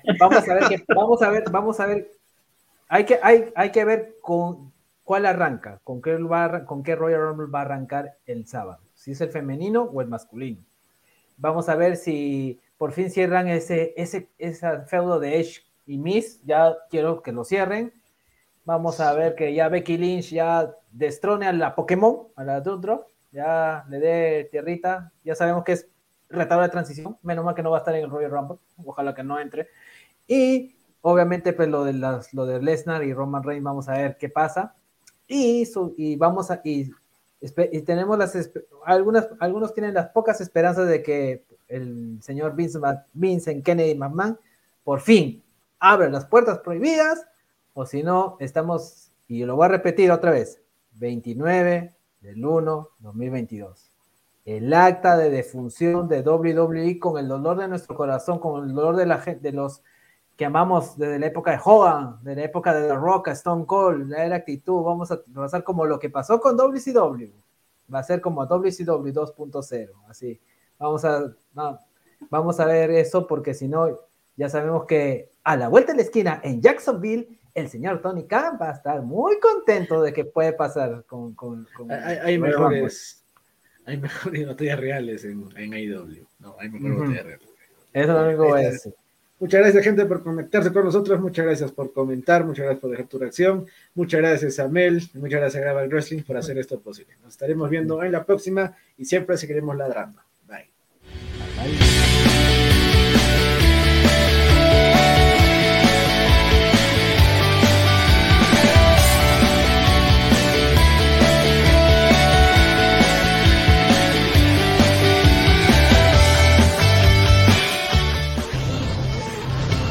Vamos a ver, hay que ver con cuál arranca, con qué Royal Rumble va a arrancar el sábado, si es el femenino o el masculino. Vamos a ver si por fin cierran ese feudo de Edge y Miz, ya quiero que lo cierren. Vamos a ver que ya Becky Lynch ya destrone a la Pokémon, a la Doudrop, ya le dé tierrita, ya sabemos que es retadora de transición, menos mal que no va a estar en el Royal Rumble, ojalá que no entre. Y obviamente pues lo de Lesnar y Roman Reigns, vamos a ver qué pasa. Y tenemos algunos tienen las pocas esperanzas de que el señor Vincent Kennedy McMahon por fin abre las puertas prohibidas, o si no, estamos, y lo voy a repetir otra vez, 29 del 1, 2022. El acta de defunción de WWE con el dolor de nuestro corazón, con el dolor de la gente, de los que amamos desde la época de Hogan, de la época de The Rock, Stone Cold, la era actitud. Vamos a pasar como lo que pasó con WCW. Va a ser como WCW 2.0, así. Vamos a ver eso, porque si no, ya sabemos que a la vuelta de la esquina en Jacksonville, el señor Tony Khan va a estar muy contento de que puede pasar con hay mejores batallas reales en AEW. No, hay mejores batallas reales. Eso lo único voy a decir. Muchas gracias, gente, por conectarse con nosotros. Muchas gracias por comentar. Muchas gracias por dejar tu reacción. Muchas gracias a Mel. Muchas gracias a Global Wrestling por hacer esto posible. Nos estaremos viendo en la próxima y siempre seguiremos ladrando. Bye. Bye.